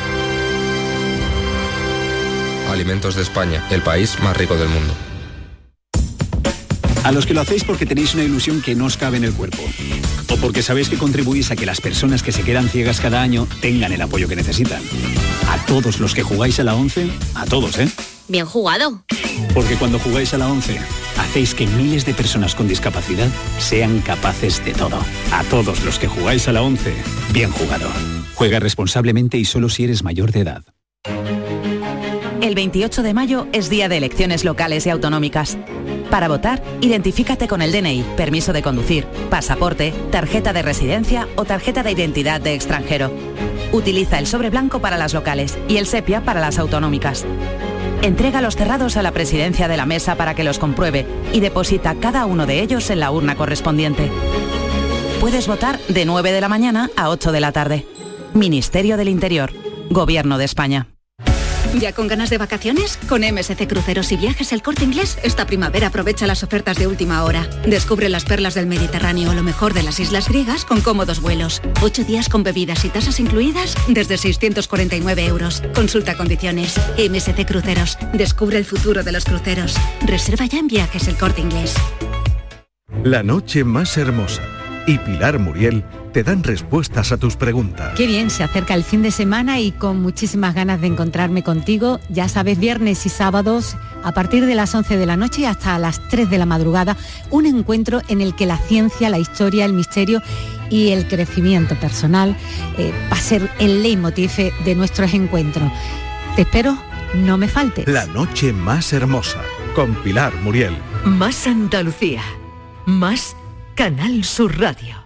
Alimentos de España, el país más rico del mundo. A los que lo hacéis porque tenéis una ilusión que no os cabe en el cuerpo. O porque sabéis que contribuís a que las personas que se quedan ciegas cada año tengan el apoyo que necesitan. A todos los que jugáis a la 11, a todos, ¿eh? Bien jugado. Porque cuando jugáis a la 11, hacéis que miles de personas con discapacidad sean capaces de todo. A todos los que jugáis a la 11, bien jugado. Juega responsablemente y solo si eres mayor de edad. El 28 de mayo es día de elecciones locales y autonómicas. Para votar, identifícate con el DNI, permiso de conducir, pasaporte, tarjeta de residencia o tarjeta de identidad de extranjero. Utiliza el sobre blanco para las locales y el sepia para las autonómicas. Entrega los cerrados a la presidencia de la mesa para que los compruebe y deposita cada uno de ellos en la urna correspondiente. Puedes votar de 9 de la mañana a 8 de la tarde. Ministerio del Interior, Gobierno de España. ¿Ya con ganas de vacaciones? Con MSC Cruceros y Viajes El Corte Inglés, esta primavera aprovecha las ofertas de última hora. Descubre las perlas del Mediterráneo o lo mejor de las islas griegas con cómodos vuelos. 8 días con bebidas y tasas incluidas desde 649 euros. Consulta condiciones. MSC Cruceros. Descubre el futuro de los cruceros. Reserva ya en Viajes El Corte Inglés. La noche más hermosa y Pilar Muriel te dan respuestas a tus preguntas. Qué bien, se acerca el fin de semana y con muchísimas ganas de encontrarme contigo. Ya sabes, viernes y sábados, a partir de las 11 de la noche hasta las 3 de la madrugada, un encuentro en el que la ciencia, la historia, el misterio y el crecimiento personal va a ser el leitmotiv de nuestros encuentros. Te espero, no me faltes. La noche más hermosa con Pilar Muriel. Más Andalucía. Más Canal Sur Radio.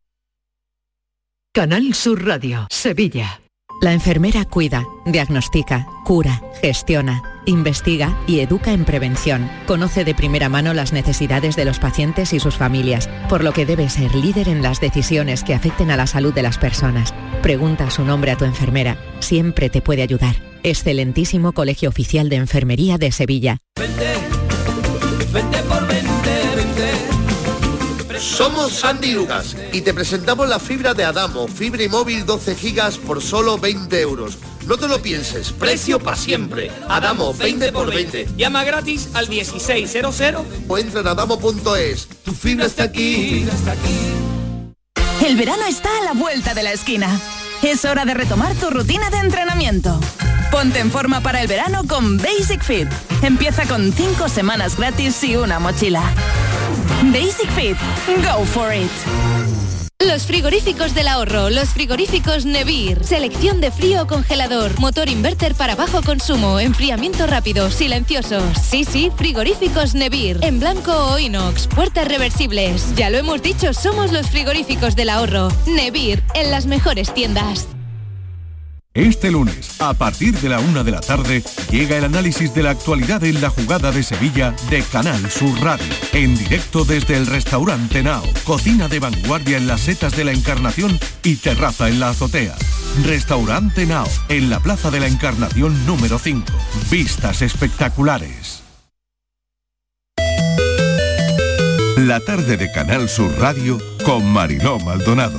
Canal Sur Radio, Sevilla. La enfermera cuida, diagnostica, cura, gestiona, investiga y educa en prevención. Conoce de primera mano las necesidades de los pacientes y sus familias, por lo que debe ser líder en las decisiones que afecten a la salud de las personas. Pregunta su nombre a tu enfermera, siempre te puede ayudar. Excelentísimo Colegio Oficial de Enfermería de Sevilla. Vente por 20. Somos Sandy Lucas y te presentamos la fibra de Adamo, fibra y móvil 12 gigas por solo 20 euros. No te lo pienses, precio para siempre. Adamo, 20 por 20. Llama gratis al 1600 o entra en adamo.es. Tu fibra está aquí. El verano está a la vuelta de la esquina. Es hora de retomar tu rutina de entrenamiento. Ponte en forma para el verano con Basic Fit. Empieza con 5 semanas gratis y una mochila. Basic Fit. Go for it. Los frigoríficos del ahorro, los frigoríficos Nevir. Selección de frío o congelador, motor inverter para bajo consumo, enfriamiento rápido, silenciosos. Sí, frigoríficos Nevir. En blanco o inox, puertas reversibles. Ya lo hemos dicho, somos los frigoríficos del ahorro. Nevir, en las mejores tiendas. Este lunes, a partir de la 1 de la tarde, llega el análisis de la actualidad en la jugada de Sevilla de Canal Sur Radio. En directo desde el restaurante Nao, cocina de vanguardia en las setas de la Encarnación y terraza en la azotea. Restaurante Nao, en la Plaza de la Encarnación número 5. Vistas espectaculares. La tarde de Canal Sur Radio con Mariló Maldonado.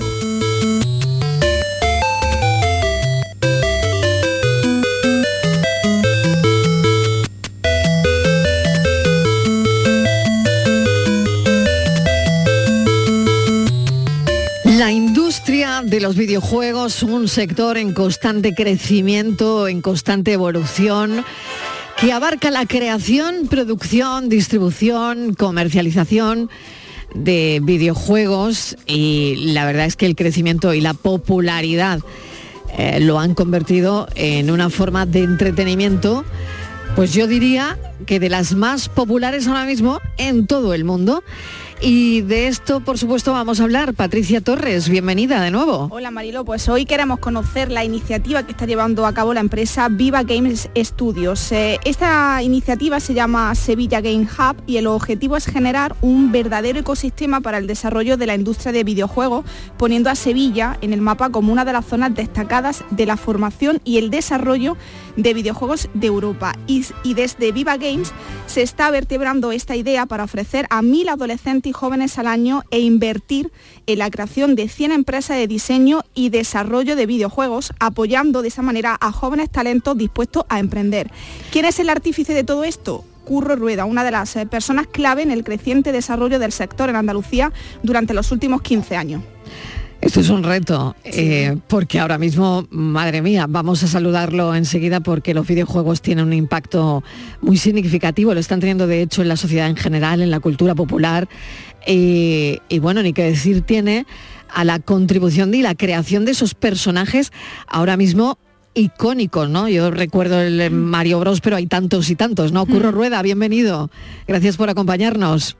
La industria de los videojuegos, un sector en constante crecimiento, en constante evolución, que abarca la creación, producción, distribución, comercialización de videojuegos, y la verdad es que el crecimiento y la popularidad lo han convertido en una forma de entretenimiento, pues yo diría que de las más populares ahora mismo en todo el mundo. Y de esto, por supuesto, vamos a hablar. Patricia Torres, bienvenida de nuevo. Hola Marilo, pues hoy queremos conocer la iniciativa que está llevando a cabo la empresa Viva Games Studios. Esta iniciativa se llama Sevilla Game Hub y el objetivo es generar un verdadero ecosistema para el desarrollo de la industria de videojuegos, poniendo a Sevilla en el mapa como una de las zonas destacadas de la formación y el desarrollo de videojuegos de Europa. Y desde Viva Games se está vertebrando esta idea para ofrecer a 1.000 adolescentes y jóvenes al año e invertir en la creación de 100 empresas de diseño y desarrollo de videojuegos, apoyando de esa manera a jóvenes talentos dispuestos a emprender. ¿Quién es el artífice de todo esto? Curro Rueda, una de las personas clave en el creciente desarrollo del sector en Andalucía durante los últimos 15 años. Esto es un reto, porque ahora mismo, madre mía, vamos a saludarlo enseguida porque los videojuegos tienen un impacto muy significativo, lo están teniendo de hecho en la sociedad en general, en la cultura popular, y bueno, ni que decir tiene a la contribución y la creación de esos personajes ahora mismo icónicos, ¿no? Yo recuerdo el Mario Bros, pero hay tantos y tantos, ¿no? Curro Rueda, bienvenido, gracias por acompañarnos.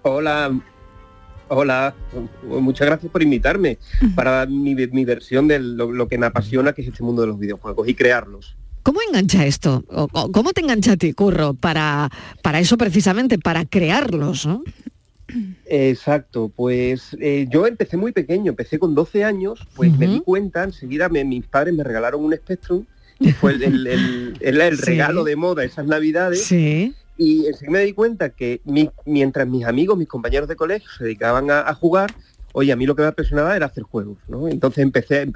Hola, muchas gracias por invitarme para mi versión de lo que me apasiona, que es este mundo de los videojuegos y crearlos. ¿Cómo engancha esto? ¿Cómo te engancha a ti, Curro, para eso precisamente, para crearlos, ¿no? Exacto, pues yo empecé muy pequeño, empecé con 12 años, pues me di cuenta, enseguida mis padres me regalaron un Spectrum, que fue el regalo de moda esas navidades. Sí. Y enseguida me di cuenta que mientras mis amigos, mis compañeros de colegio se dedicaban a jugar, oye, a mí lo que me apasionaba era hacer juegos, ¿no? Entonces empecé.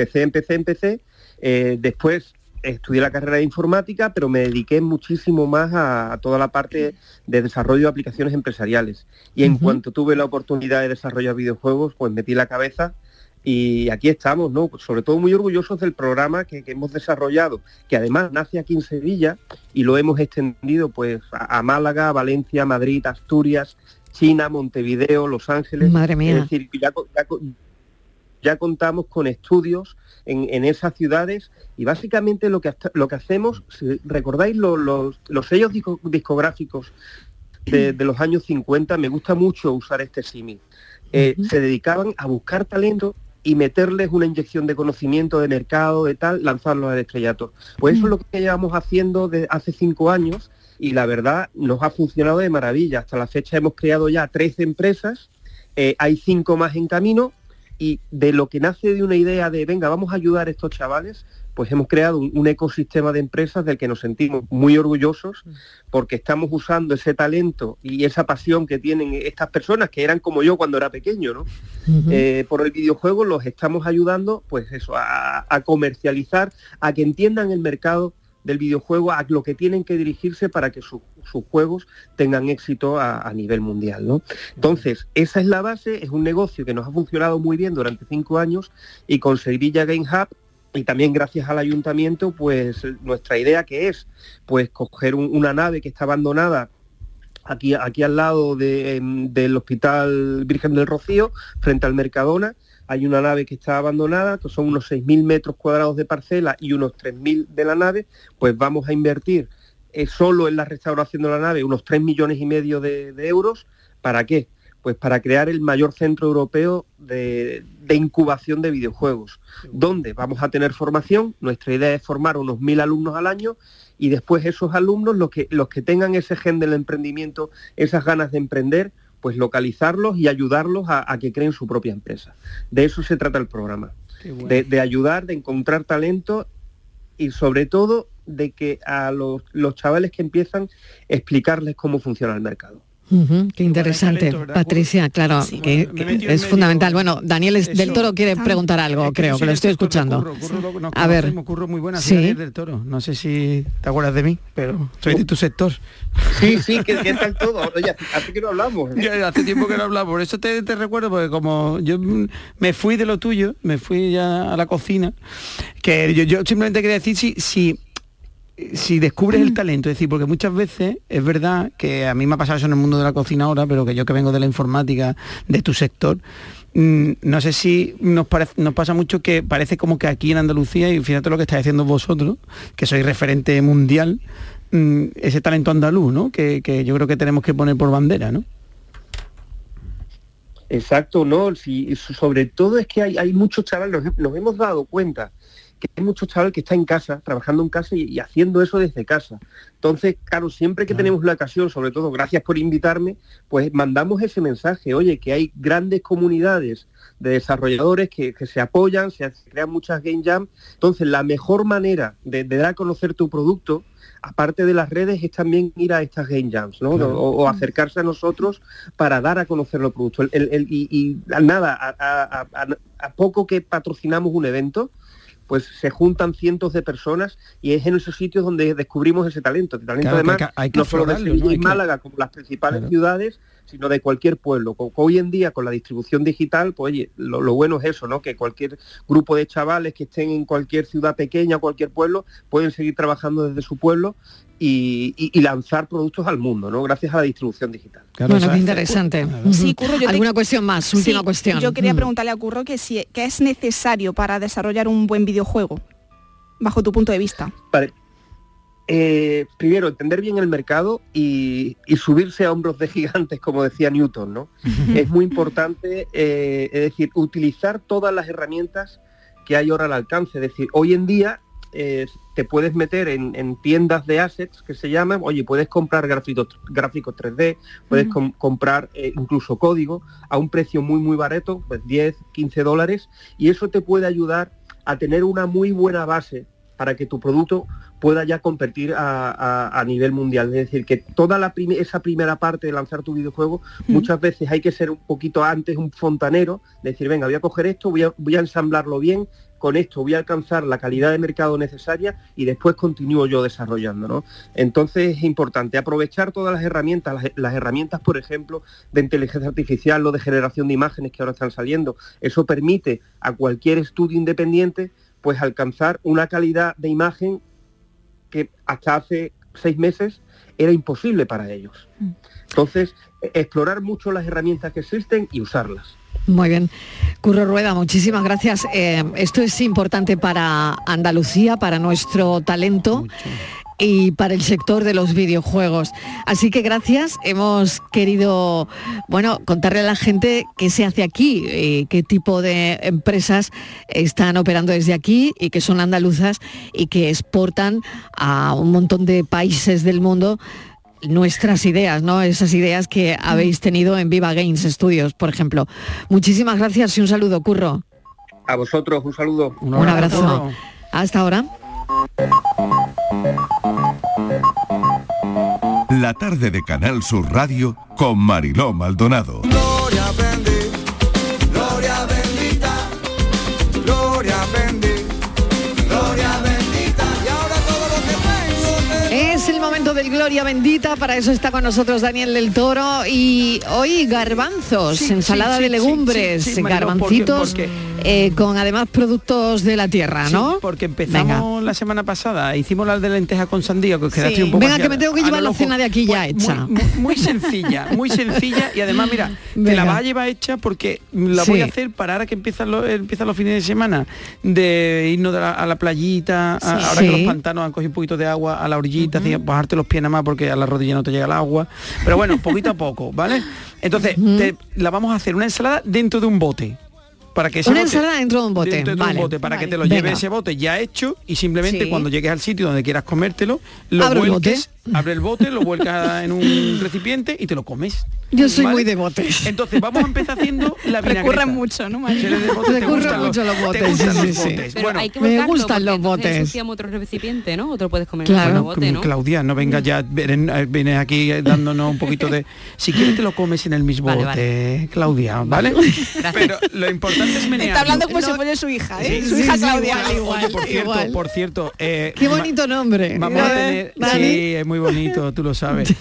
Después estudié la carrera de informática, pero me dediqué muchísimo más a toda la parte de desarrollo de aplicaciones empresariales. Y en cuanto tuve la oportunidad de desarrollar videojuegos, pues metí la cabeza. Y aquí estamos, ¿no? Pues sobre todo muy orgullosos del programa que hemos desarrollado, que además nace aquí en Sevilla y lo hemos extendido pues a Málaga, Valencia, Madrid, Asturias, China, Montevideo, Los Ángeles. Madre mía. Es decir, ya contamos con estudios en esas ciudades y básicamente lo que hacemos, si recordáis los sellos discográficos de los años 50, me gusta mucho usar este símil. Se dedicaban a buscar talento y meterles una inyección de conocimiento de mercado, de tal, lanzarlos al estrellato. Pues eso es lo que llevamos haciendo desde hace 5 años y la verdad nos ha funcionado de maravilla. Hasta la fecha hemos creado ya 13 empresas, hay 5 más en camino y de lo que nace de una idea de, venga, vamos a ayudar a estos chavales, pues hemos creado un ecosistema de empresas del que nos sentimos muy orgullosos porque estamos usando ese talento y esa pasión que tienen estas personas que eran como yo cuando era pequeño, ¿no? Por el videojuego los estamos ayudando, pues eso, a comercializar, a que entiendan el mercado del videojuego, a lo que tienen que dirigirse para que sus juegos tengan éxito a nivel mundial, ¿no? Entonces, esa es la base, es un negocio que nos ha funcionado muy bien durante 5 años y con Sevilla Game Hub y también gracias al ayuntamiento, pues nuestra idea que es, pues coger una nave que está abandonada aquí al lado del Hospital Virgen del Rocío, frente al Mercadona. Hay una nave que está abandonada, que son unos 6.000 metros cuadrados de parcela y unos 3.000 de la nave, pues vamos a invertir solo en la restauración de la nave unos 3,5 millones de euros. ¿Para qué? pues para crear el mayor centro europeo de incubación de videojuegos, donde vamos a tener formación. Nuestra idea es formar unos 1000 alumnos al año, y después esos alumnos, los que tengan ese gen del emprendimiento, esas ganas de emprender, pues localizarlos y ayudarlos a que creen su propia empresa. De eso se trata el programa, bueno. de ayudar, de encontrar talento y sobre todo de que a los chavales que empiezan, explicarles cómo funciona el mercado. Qué interesante, Patricia, claro, sí, que es fundamental. Bueno, Daniel del Toro quiere preguntar algo, creo, que lo estoy escuchando. A ver, me ocurre muy buena, Daniel del Toro. No sé si te acuerdas de mí, pero soy de tu sector. Sí, ¿qué tal todo? Oye, hace que no hablamos. Hace tiempo que no hablamos, por eso te recuerdo, porque como yo me fui de lo tuyo, me fui ya a la cocina, que yo simplemente quería decir si descubres el talento, es decir, porque muchas veces es verdad que a mí me ha pasado eso en el mundo de la cocina ahora, pero que yo que vengo de la informática, de tu sector, no sé si nos pasa mucho que parece como que aquí en Andalucía, y fíjate lo que estáis haciendo vosotros, que sois referente mundial, ese talento andaluz, ¿no? Que yo creo que tenemos que poner por bandera, ¿no? Exacto, ¿no? Sí, sobre todo es que hay muchos chavales, nos hemos dado cuenta que hay muchos chavales que están en casa, trabajando en casa y haciendo eso desde casa. Entonces, claro, siempre que tenemos la ocasión, sobre todo, gracias por invitarme, pues mandamos ese mensaje, oye, que hay grandes comunidades de desarrolladores que se apoyan, se crean muchas game jam. Entonces, la mejor manera de dar a conocer tu producto, aparte de las redes, es también ir a estas game jams, ¿no? Claro. O acercarse a nosotros para dar a conocer los productos. A poco que patrocinamos un evento, pues se juntan cientos de personas y es en esos sitios donde descubrimos ese talento. Claro, además, no solo de Sevilla y Málaga como las principales ciudades, sino de cualquier pueblo. Hoy en día, con la distribución digital, pues oye, lo bueno es eso, ¿no? Que cualquier grupo de chavales que estén en cualquier ciudad pequeña, cualquier pueblo, pueden seguir trabajando desde su pueblo y lanzar productos al mundo, ¿no? Gracias a la distribución digital. Claro, bueno, qué interesante. Sí, Curro, ¿alguna cuestión más? Última cuestión. Yo quería preguntarle a Curro que es necesario para desarrollar un buen videojuego, bajo tu punto de vista. Vale. Primero, entender bien el mercado y subirse a hombros de gigantes, como decía Newton, ¿no? Es muy importante, es decir, utilizar todas las herramientas que hay ahora al alcance. Es decir, hoy en día te puedes meter en tiendas de assets que se llaman, oye, puedes comprar gráficos 3D, puedes comprar incluso código a un precio muy muy barato, pues $10, $15, y eso te puede ayudar a tener una muy buena base para que tu producto pueda ya competir a nivel mundial. Es decir, que toda esa primera parte de lanzar tu videojuego, muchas veces hay que ser un poquito antes un fontanero, decir, venga, voy a coger esto, voy a ensamblarlo bien, con esto voy a alcanzar la calidad de mercado necesaria y después continúo yo desarrollando, ¿no? Entonces es importante aprovechar todas las herramientas, las herramientas, por ejemplo, de inteligencia artificial o de generación de imágenes que ahora están saliendo. Eso permite a cualquier estudio independiente pues alcanzar una calidad de imagen que hasta hace 6 meses era imposible para ellos. Entonces, explorar mucho las herramientas que existen y usarlas. Muy bien. Curro Rueda, muchísimas gracias. Esto es importante para Andalucía, para nuestro talento y para el sector de los videojuegos. Así que gracias. Hemos querido, contarle a la gente qué se hace aquí, qué tipo de empresas están operando desde aquí y que son andaluzas y que exportan a un montón de países del mundo nuestras ideas, ¿no? Esas ideas que habéis tenido en Viva Games Studios, por ejemplo. Muchísimas gracias y un saludo, Curro. A vosotros, un saludo. Un abrazo. Hasta ahora. La tarde de Canal Sur Radio con Mariló Maldonado. Gloria bendita, gloria bendita, gloria bendita, gloria bendita. Y ahora todo lo que tengo. Es el momento del Gloria Bendita, para eso está con nosotros Daniel del Toro y hoy garbanzos, ensalada de legumbres, Mariló, garbancitos. porque con además productos de la tierra, ¿no? Sí, porque empezamos la semana pasada, hicimos la de lenteja con sandía, que os quedaste un poco Venga, así que me tengo que a llevar lo la loco. cena de aquí ya hecha. Muy sencilla, muy sencilla, y además, mira, te la Venga. vas a llevar hecha porque la Sí. voy a hacer para ahora que empiezan los fines de semana, de irnos a la playita, ahora que los pantanos han cogido un poquito de agua, a la orillita, así, bajarte los pies nada más porque a la rodilla no te llega el agua, pero bueno, poquito a poco, ¿vale? Entonces, la vamos a hacer una ensalada dentro de un bote. Para que ese Una bote- ensalada dentro de un bote. dentro de Vale. un bote, para que te lo Venga. lleve ese bote ya hecho, y simplemente Sí. cuando llegues al sitio donde quieras comértelo, lo Abro el vuelques, abre el bote, lo vuelcas en un recipiente y te lo comes. Yo soy ¿Vale? muy de botes. Entonces vamos a empezar haciendo la vinagreta. Recurren mucho, ¿no, María? Si eres de bote, te Recurren gustan mucho los botes, te gustan sí, los sí, sí. botes. Pero Bueno, hay que me volcarlo, gustan porque los entonces botes. ensuciamos otro recipiente, ¿no? Otro puedes comer Claro. en otro bote, ¿no? Claudia, no venga ya, vienes aquí dándonos un poquito de... Si quieres te lo comes en el mismo Vale, bote, Claudia, ¿vale? Pero lo importante es menearlo. Está hablando como si fuera su hija, ¿eh? Sí, Su sí, hija sí, Claudia. Oye, por cierto, Qué bonito nombre. vamos a tener... Dani. Sí, es muy bonito, tú lo sabes.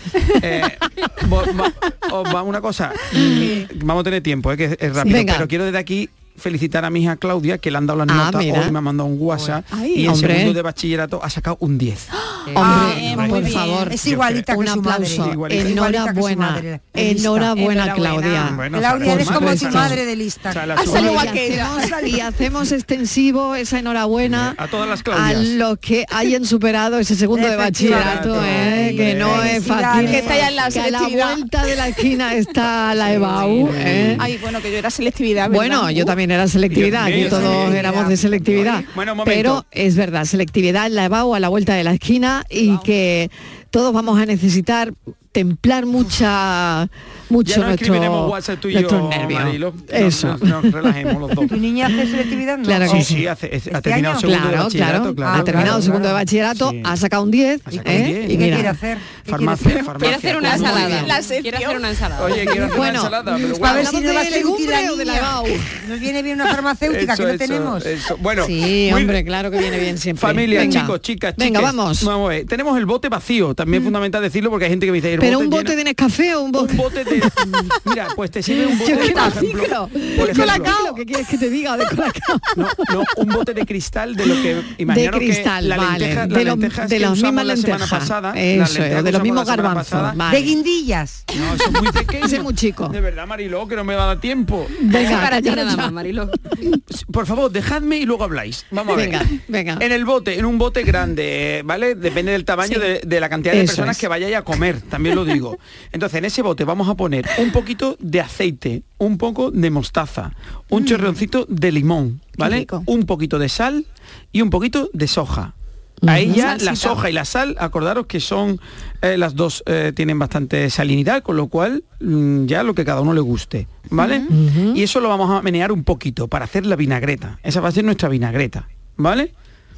Os va una cosa, vamos a tener tiempo, que es rápido, Venga. pero quiero desde aquí felicitar a mi hija Claudia, que le han dado las notas, mira. hoy me ha mandado un WhatsApp, Ay, y en hombre. segundo de bachillerato ha sacado un 10. Hombre, muy por bien. favor. Es igualita que un su madre. aplauso. Igualita. Igualita que su Enhorabuena. madre, de lista. Enhorabuena, Claudia. Bueno, Claudia, por eres como tu supuesto. madre de lista. O sea, la Ha suya- salido Y igual que ella. hacemos extensivo esa enhorabuena a todas las a Claudias. los que hayan superado ese segundo de bachillerato, Efectivamente. que no es fácil. Que está ya en la Que a la selectividad. vuelta de la esquina está la EBAU. Ay, bueno, que yo era selectividad, ¿verdad? Bueno, yo también era selectividad, Dios mío, aquí todos selectividad. éramos de selectividad. Bueno, un momento. Pero es verdad, selectividad en la EBAU a la vuelta de la esquina y que todos vamos a necesitar templar mucho Ya no escribiremos nuestro, WhatsApp tú y nuestros yo, nervios. Marilo. Eso. Nos relajemos los dos. ¿Tu niña hace selectividad? No. Claro Sí, que sí, ha terminado año? segundo de Claro, bachillerato, claro. Ha terminado segundo de bachillerato, Sí. ha sacado un 10. Ha sacado un 10. Y ¿Y qué mira, quiere hacer? ¿Qué Farmacia, quiere farmacia. Quiero hacer una Pues muy ensalada. bien. La sección. Quiero hacer una ensalada. Oye, quiero hacer Bueno, una ensalada, pero A ver bueno. si nos va a de ser útil legumbre la o de la niña. EBAU. Nos viene bien una farmacéutica que no tenemos. Eso. Bueno, Sí, muy- hombre, claro que viene bien siempre. Familia, Venga. chicos, chicas, Venga, chiques, vamos. a ver. Tenemos el bote vacío, también es fundamental decirlo porque hay gente que me dice... el Pero un lleno- bote de Nescafé o un bote... Un bote de... Mira, pues te sirve un bote, Yo por quiero ejemplo... ciclo. por ejemplo, Colacao. ¿Qué quieres que te diga de Colacao? No, un bote de cristal de lo que imaginaros cristal, que la vale. lenteja, De las los- lentejas de que las usamos mismas la semana lentejas. pasada, las Eso, lentejas de que los usamos mismos la semana garbanzos, pasada. vale. De guindillas. No, eso es muy pequeño. Ese es muy chico. De verdad, Mariló, que no me va a dar tiempo. Venga, Para ti cállate nada ya. más, Marilo. Por favor, dejadme y luego habláis. Vamos a ver. Venga, venga. En un bote grande, ¿vale? Depende del tamaño de la cantidad de Eso personas es. que vayáis a comer, también lo digo. Entonces, en ese bote vamos a poner un poquito de aceite, un poco de mostaza, un chorroncito de limón, ¿vale? rico. Un poquito de sal y un poquito de soja. Ahí ya la Salsita. soja y la sal, acordaros que son las dos tienen bastante salinidad, con lo cual ya lo que cada uno le guste, ¿vale? Y eso lo vamos a menear un poquito para hacer la vinagreta. Esa va a ser nuestra vinagreta, ¿vale?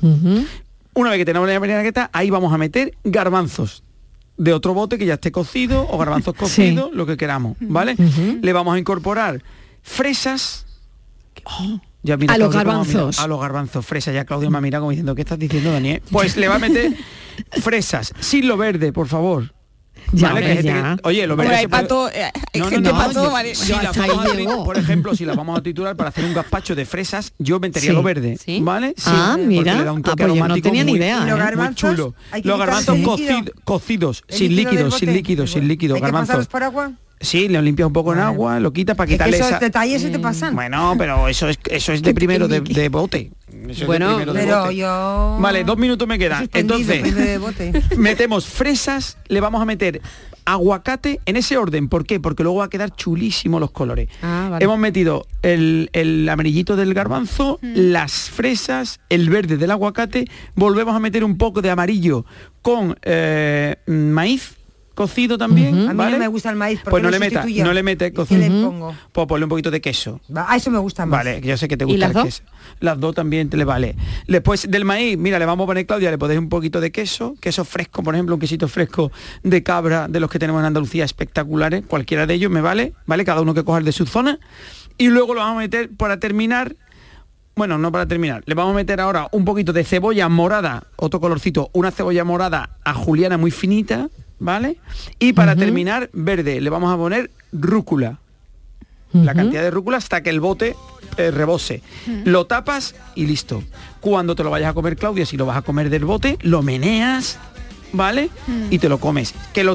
Una vez que tenemos la vinagreta, ahí vamos a meter garbanzos de otro bote que ya esté cocido o garbanzos cocidos, lo que queramos, ¿vale? Le vamos a incorporar fresas. Ya mira, A los Claudia, cómo me ha mirado. garbanzos. A los garbanzos, fresas. Ya Claudia me ha mirado como diciendo, ¿qué estás diciendo, Daniel? Pues le va a meter fresas, sin lo verde, por favor. Ya, ¿Vale? Que hay hombre, gente ya. que- oye, lo Bueno, verde hay se puede- pato, hay No, gente no, para todo, yo- María. si las hasta vamos ahí a tri- llego. por ejemplo, si las vamos a titular para hacer un gazpacho de fresas, yo metería Sí. lo verde, ¿Sí? ¿vale? Sí, Ah, porque mira. le da un toque Ah, pues yo no aromático tenía ni muy- idea, ¿Y los ¿eh? muy garbanzos? chulo. Hay que Los quitarles garbanzos el líquido. cocidos, ¿El sin líquido del líquido, sin bote? líquido, sin líquido, ¿Hay que garbanzos. pasarlos por agua? Sí, lo limpias un poco en agua, lo quitas para Es que quitarle esos esa... detalles se te pasan. Bueno, pero eso es de primero de bote. Eso es de Bueno, primero de Pero bote. yo... Vale, 2 minutos me quedan. suspendido, Entonces, primero de bote. metemos fresas, le vamos a meter aguacate en ese orden. ¿Por qué? Porque luego va a quedar chulísimo los colores. Ah, vale. Hemos metido el amarillito del garbanzo, las fresas, el verde del aguacate, volvemos a meter un poco de amarillo con maíz cocido también. A mí ¿vale? no me gusta el maíz porque Pues no lo le metas, sustituyo. no le metes ¿Y cocido. qué le pongo? Pues ponle un poquito de queso. A eso me gusta más. Vale, que yo sé que te ¿Y gusta las el dos? queso. Las dos también te le vale. Después del maíz, mira, le vamos a poner, Claudia, le podéis un poquito de queso fresco, por ejemplo, un quesito fresco de cabra, de los que tenemos en Andalucía, espectaculares, cualquiera de ellos me vale, ¿vale? Cada uno que coja el de su zona. Y luego lo vamos a meter para terminar. Bueno, no para terminar. Le vamos a meter ahora un poquito de cebolla morada, otro colorcito, una cebolla morada a juliana muy finita, ¿vale? Y para terminar, verde, le vamos a poner rúcula. la cantidad de rúcula hasta que el bote rebose. Lo tapas y listo. Cuando te lo vayas a comer, Claudia, si lo vas a comer del bote, lo meneas, ¿vale? Y te lo comes.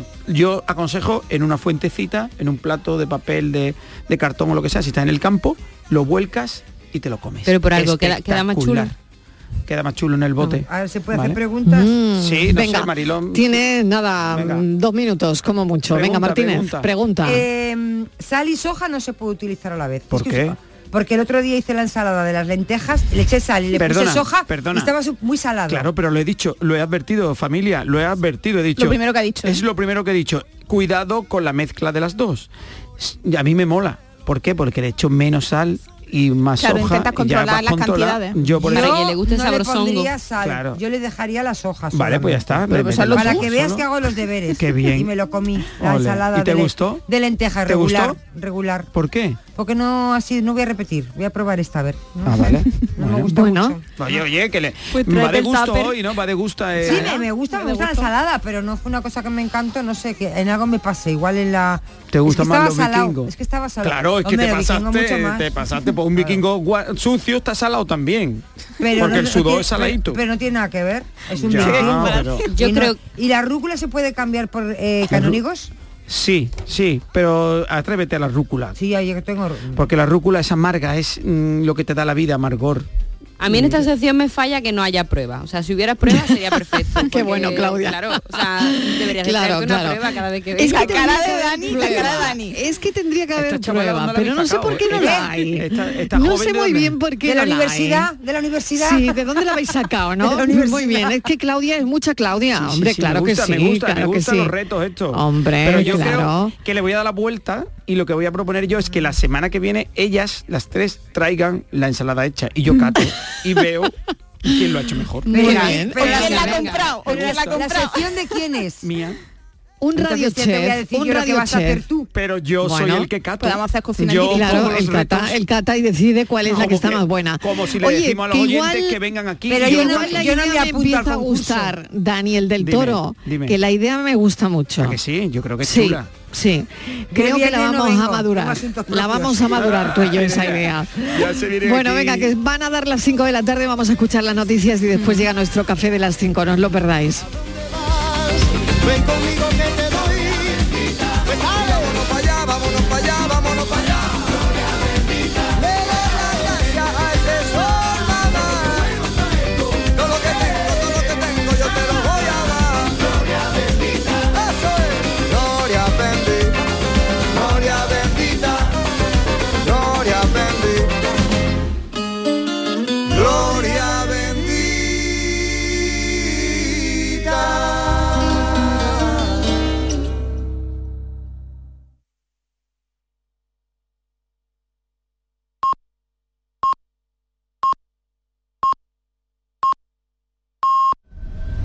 Yo aconsejo en una fuentecita, en un plato de papel de cartón o lo que sea, si está en el campo, lo vuelcas y te lo comes. Pero por algo queda más chulo. Queda más chulo en el bote. A ver, ¿se puede hacer preguntas? Sí, no venga, sé, Marilón. Tiene nada, 2 minutos como mucho. Venga, Martínez, pregunta. Sal y soja no se puede utilizar a la vez. ¿Por qué? Porque el otro día hice la ensalada de las lentejas, le eché sal y le puse soja y estaba muy salado. Claro, pero lo he dicho, lo he advertido, familia, lo he advertido, he dicho. Lo primero que ha dicho. Es lo primero que he dicho. Cuidado con la mezcla de las dos. A mí me mola. ¿Por qué? Porque le echo menos sal y más soja. Intentas controlar las cantidades. Yo por para que le guste el no sabrosongo. Le pondría sal, claro. Yo le dejaría las hojas. Vale, pues ya está. Para que veas que hago los deberes. Qué bien. Y me lo comí. La ensalada ¿Y te gustó? De lentejas, regular. ¿Por qué? Porque no voy a repetir. Voy a probar esta, a ver. Vale. No me gusta mucho. Oye, que pues va de gusto hoy, ¿no? Va de gusto. Sí, me gusta la ensalada, pero no fue una cosa que me encantó, no sé, que en algo me pasé, igual en la... ¿Te gusta más los vikingos? Es que estaba salado. Claro, es que te pasaste por un vikingo sucio, está salado también. Porque el sudor es saladito. Pero no tiene nada que ver. Es un vikingo. Yo creo... ¿Y la rúcula se puede cambiar por canónigos? Sí, pero atrévete a la rúcula. Sí, ahí que tengo... Porque la rúcula es amarga, es lo que te da la vida, amargor. A mí en esta sección me falla que no haya prueba. O sea, si hubiera prueba sería perfecto. Qué bueno, Claudia. Claro, o sea, deberías de traerte una prueba cada vez que veas. Es la cara de Dani, Es que tendría que haber prueba, pero no sé por qué no la hay. No sé muy bien por qué de la universidad, de la universidad. Sí, ¿de dónde la habéis sacado, no? Muy bien, es que Claudia es mucha Claudia. Hombre, claro que sí. Me gustan los retos estos. Hombre, pero yo creo que le voy a dar la vuelta y lo que voy a proponer yo es que la semana que viene ellas, las tres, traigan la ensalada hecha y yo cato y veo quién lo ha hecho mejor. Muy bien. ¿Quién la ha comprado? ¿La sección de quién es? Mía. Un radio chef, te voy a decir un yo lo que radio vas a hacer chef. tú. Pero yo soy el que cata. Podemos hacer cocina Claro, el cata y decide cuál es la que está más buena. Como si le decimos a los oyentes que vengan aquí. Pero yo no me empieza a gustar, Daniel del Toro, dime. que la idea me gusta mucho. ¿A que sí? Yo creo que es chula. Sí, creo que la vamos a madurar. La vamos a madurar tú y yo esa idea. Bueno, venga, que van a dar las 5 de la tarde, vamos a escuchar las noticias y después llega nuestro café de las 5, no os lo perdáis. Ven conmigo que te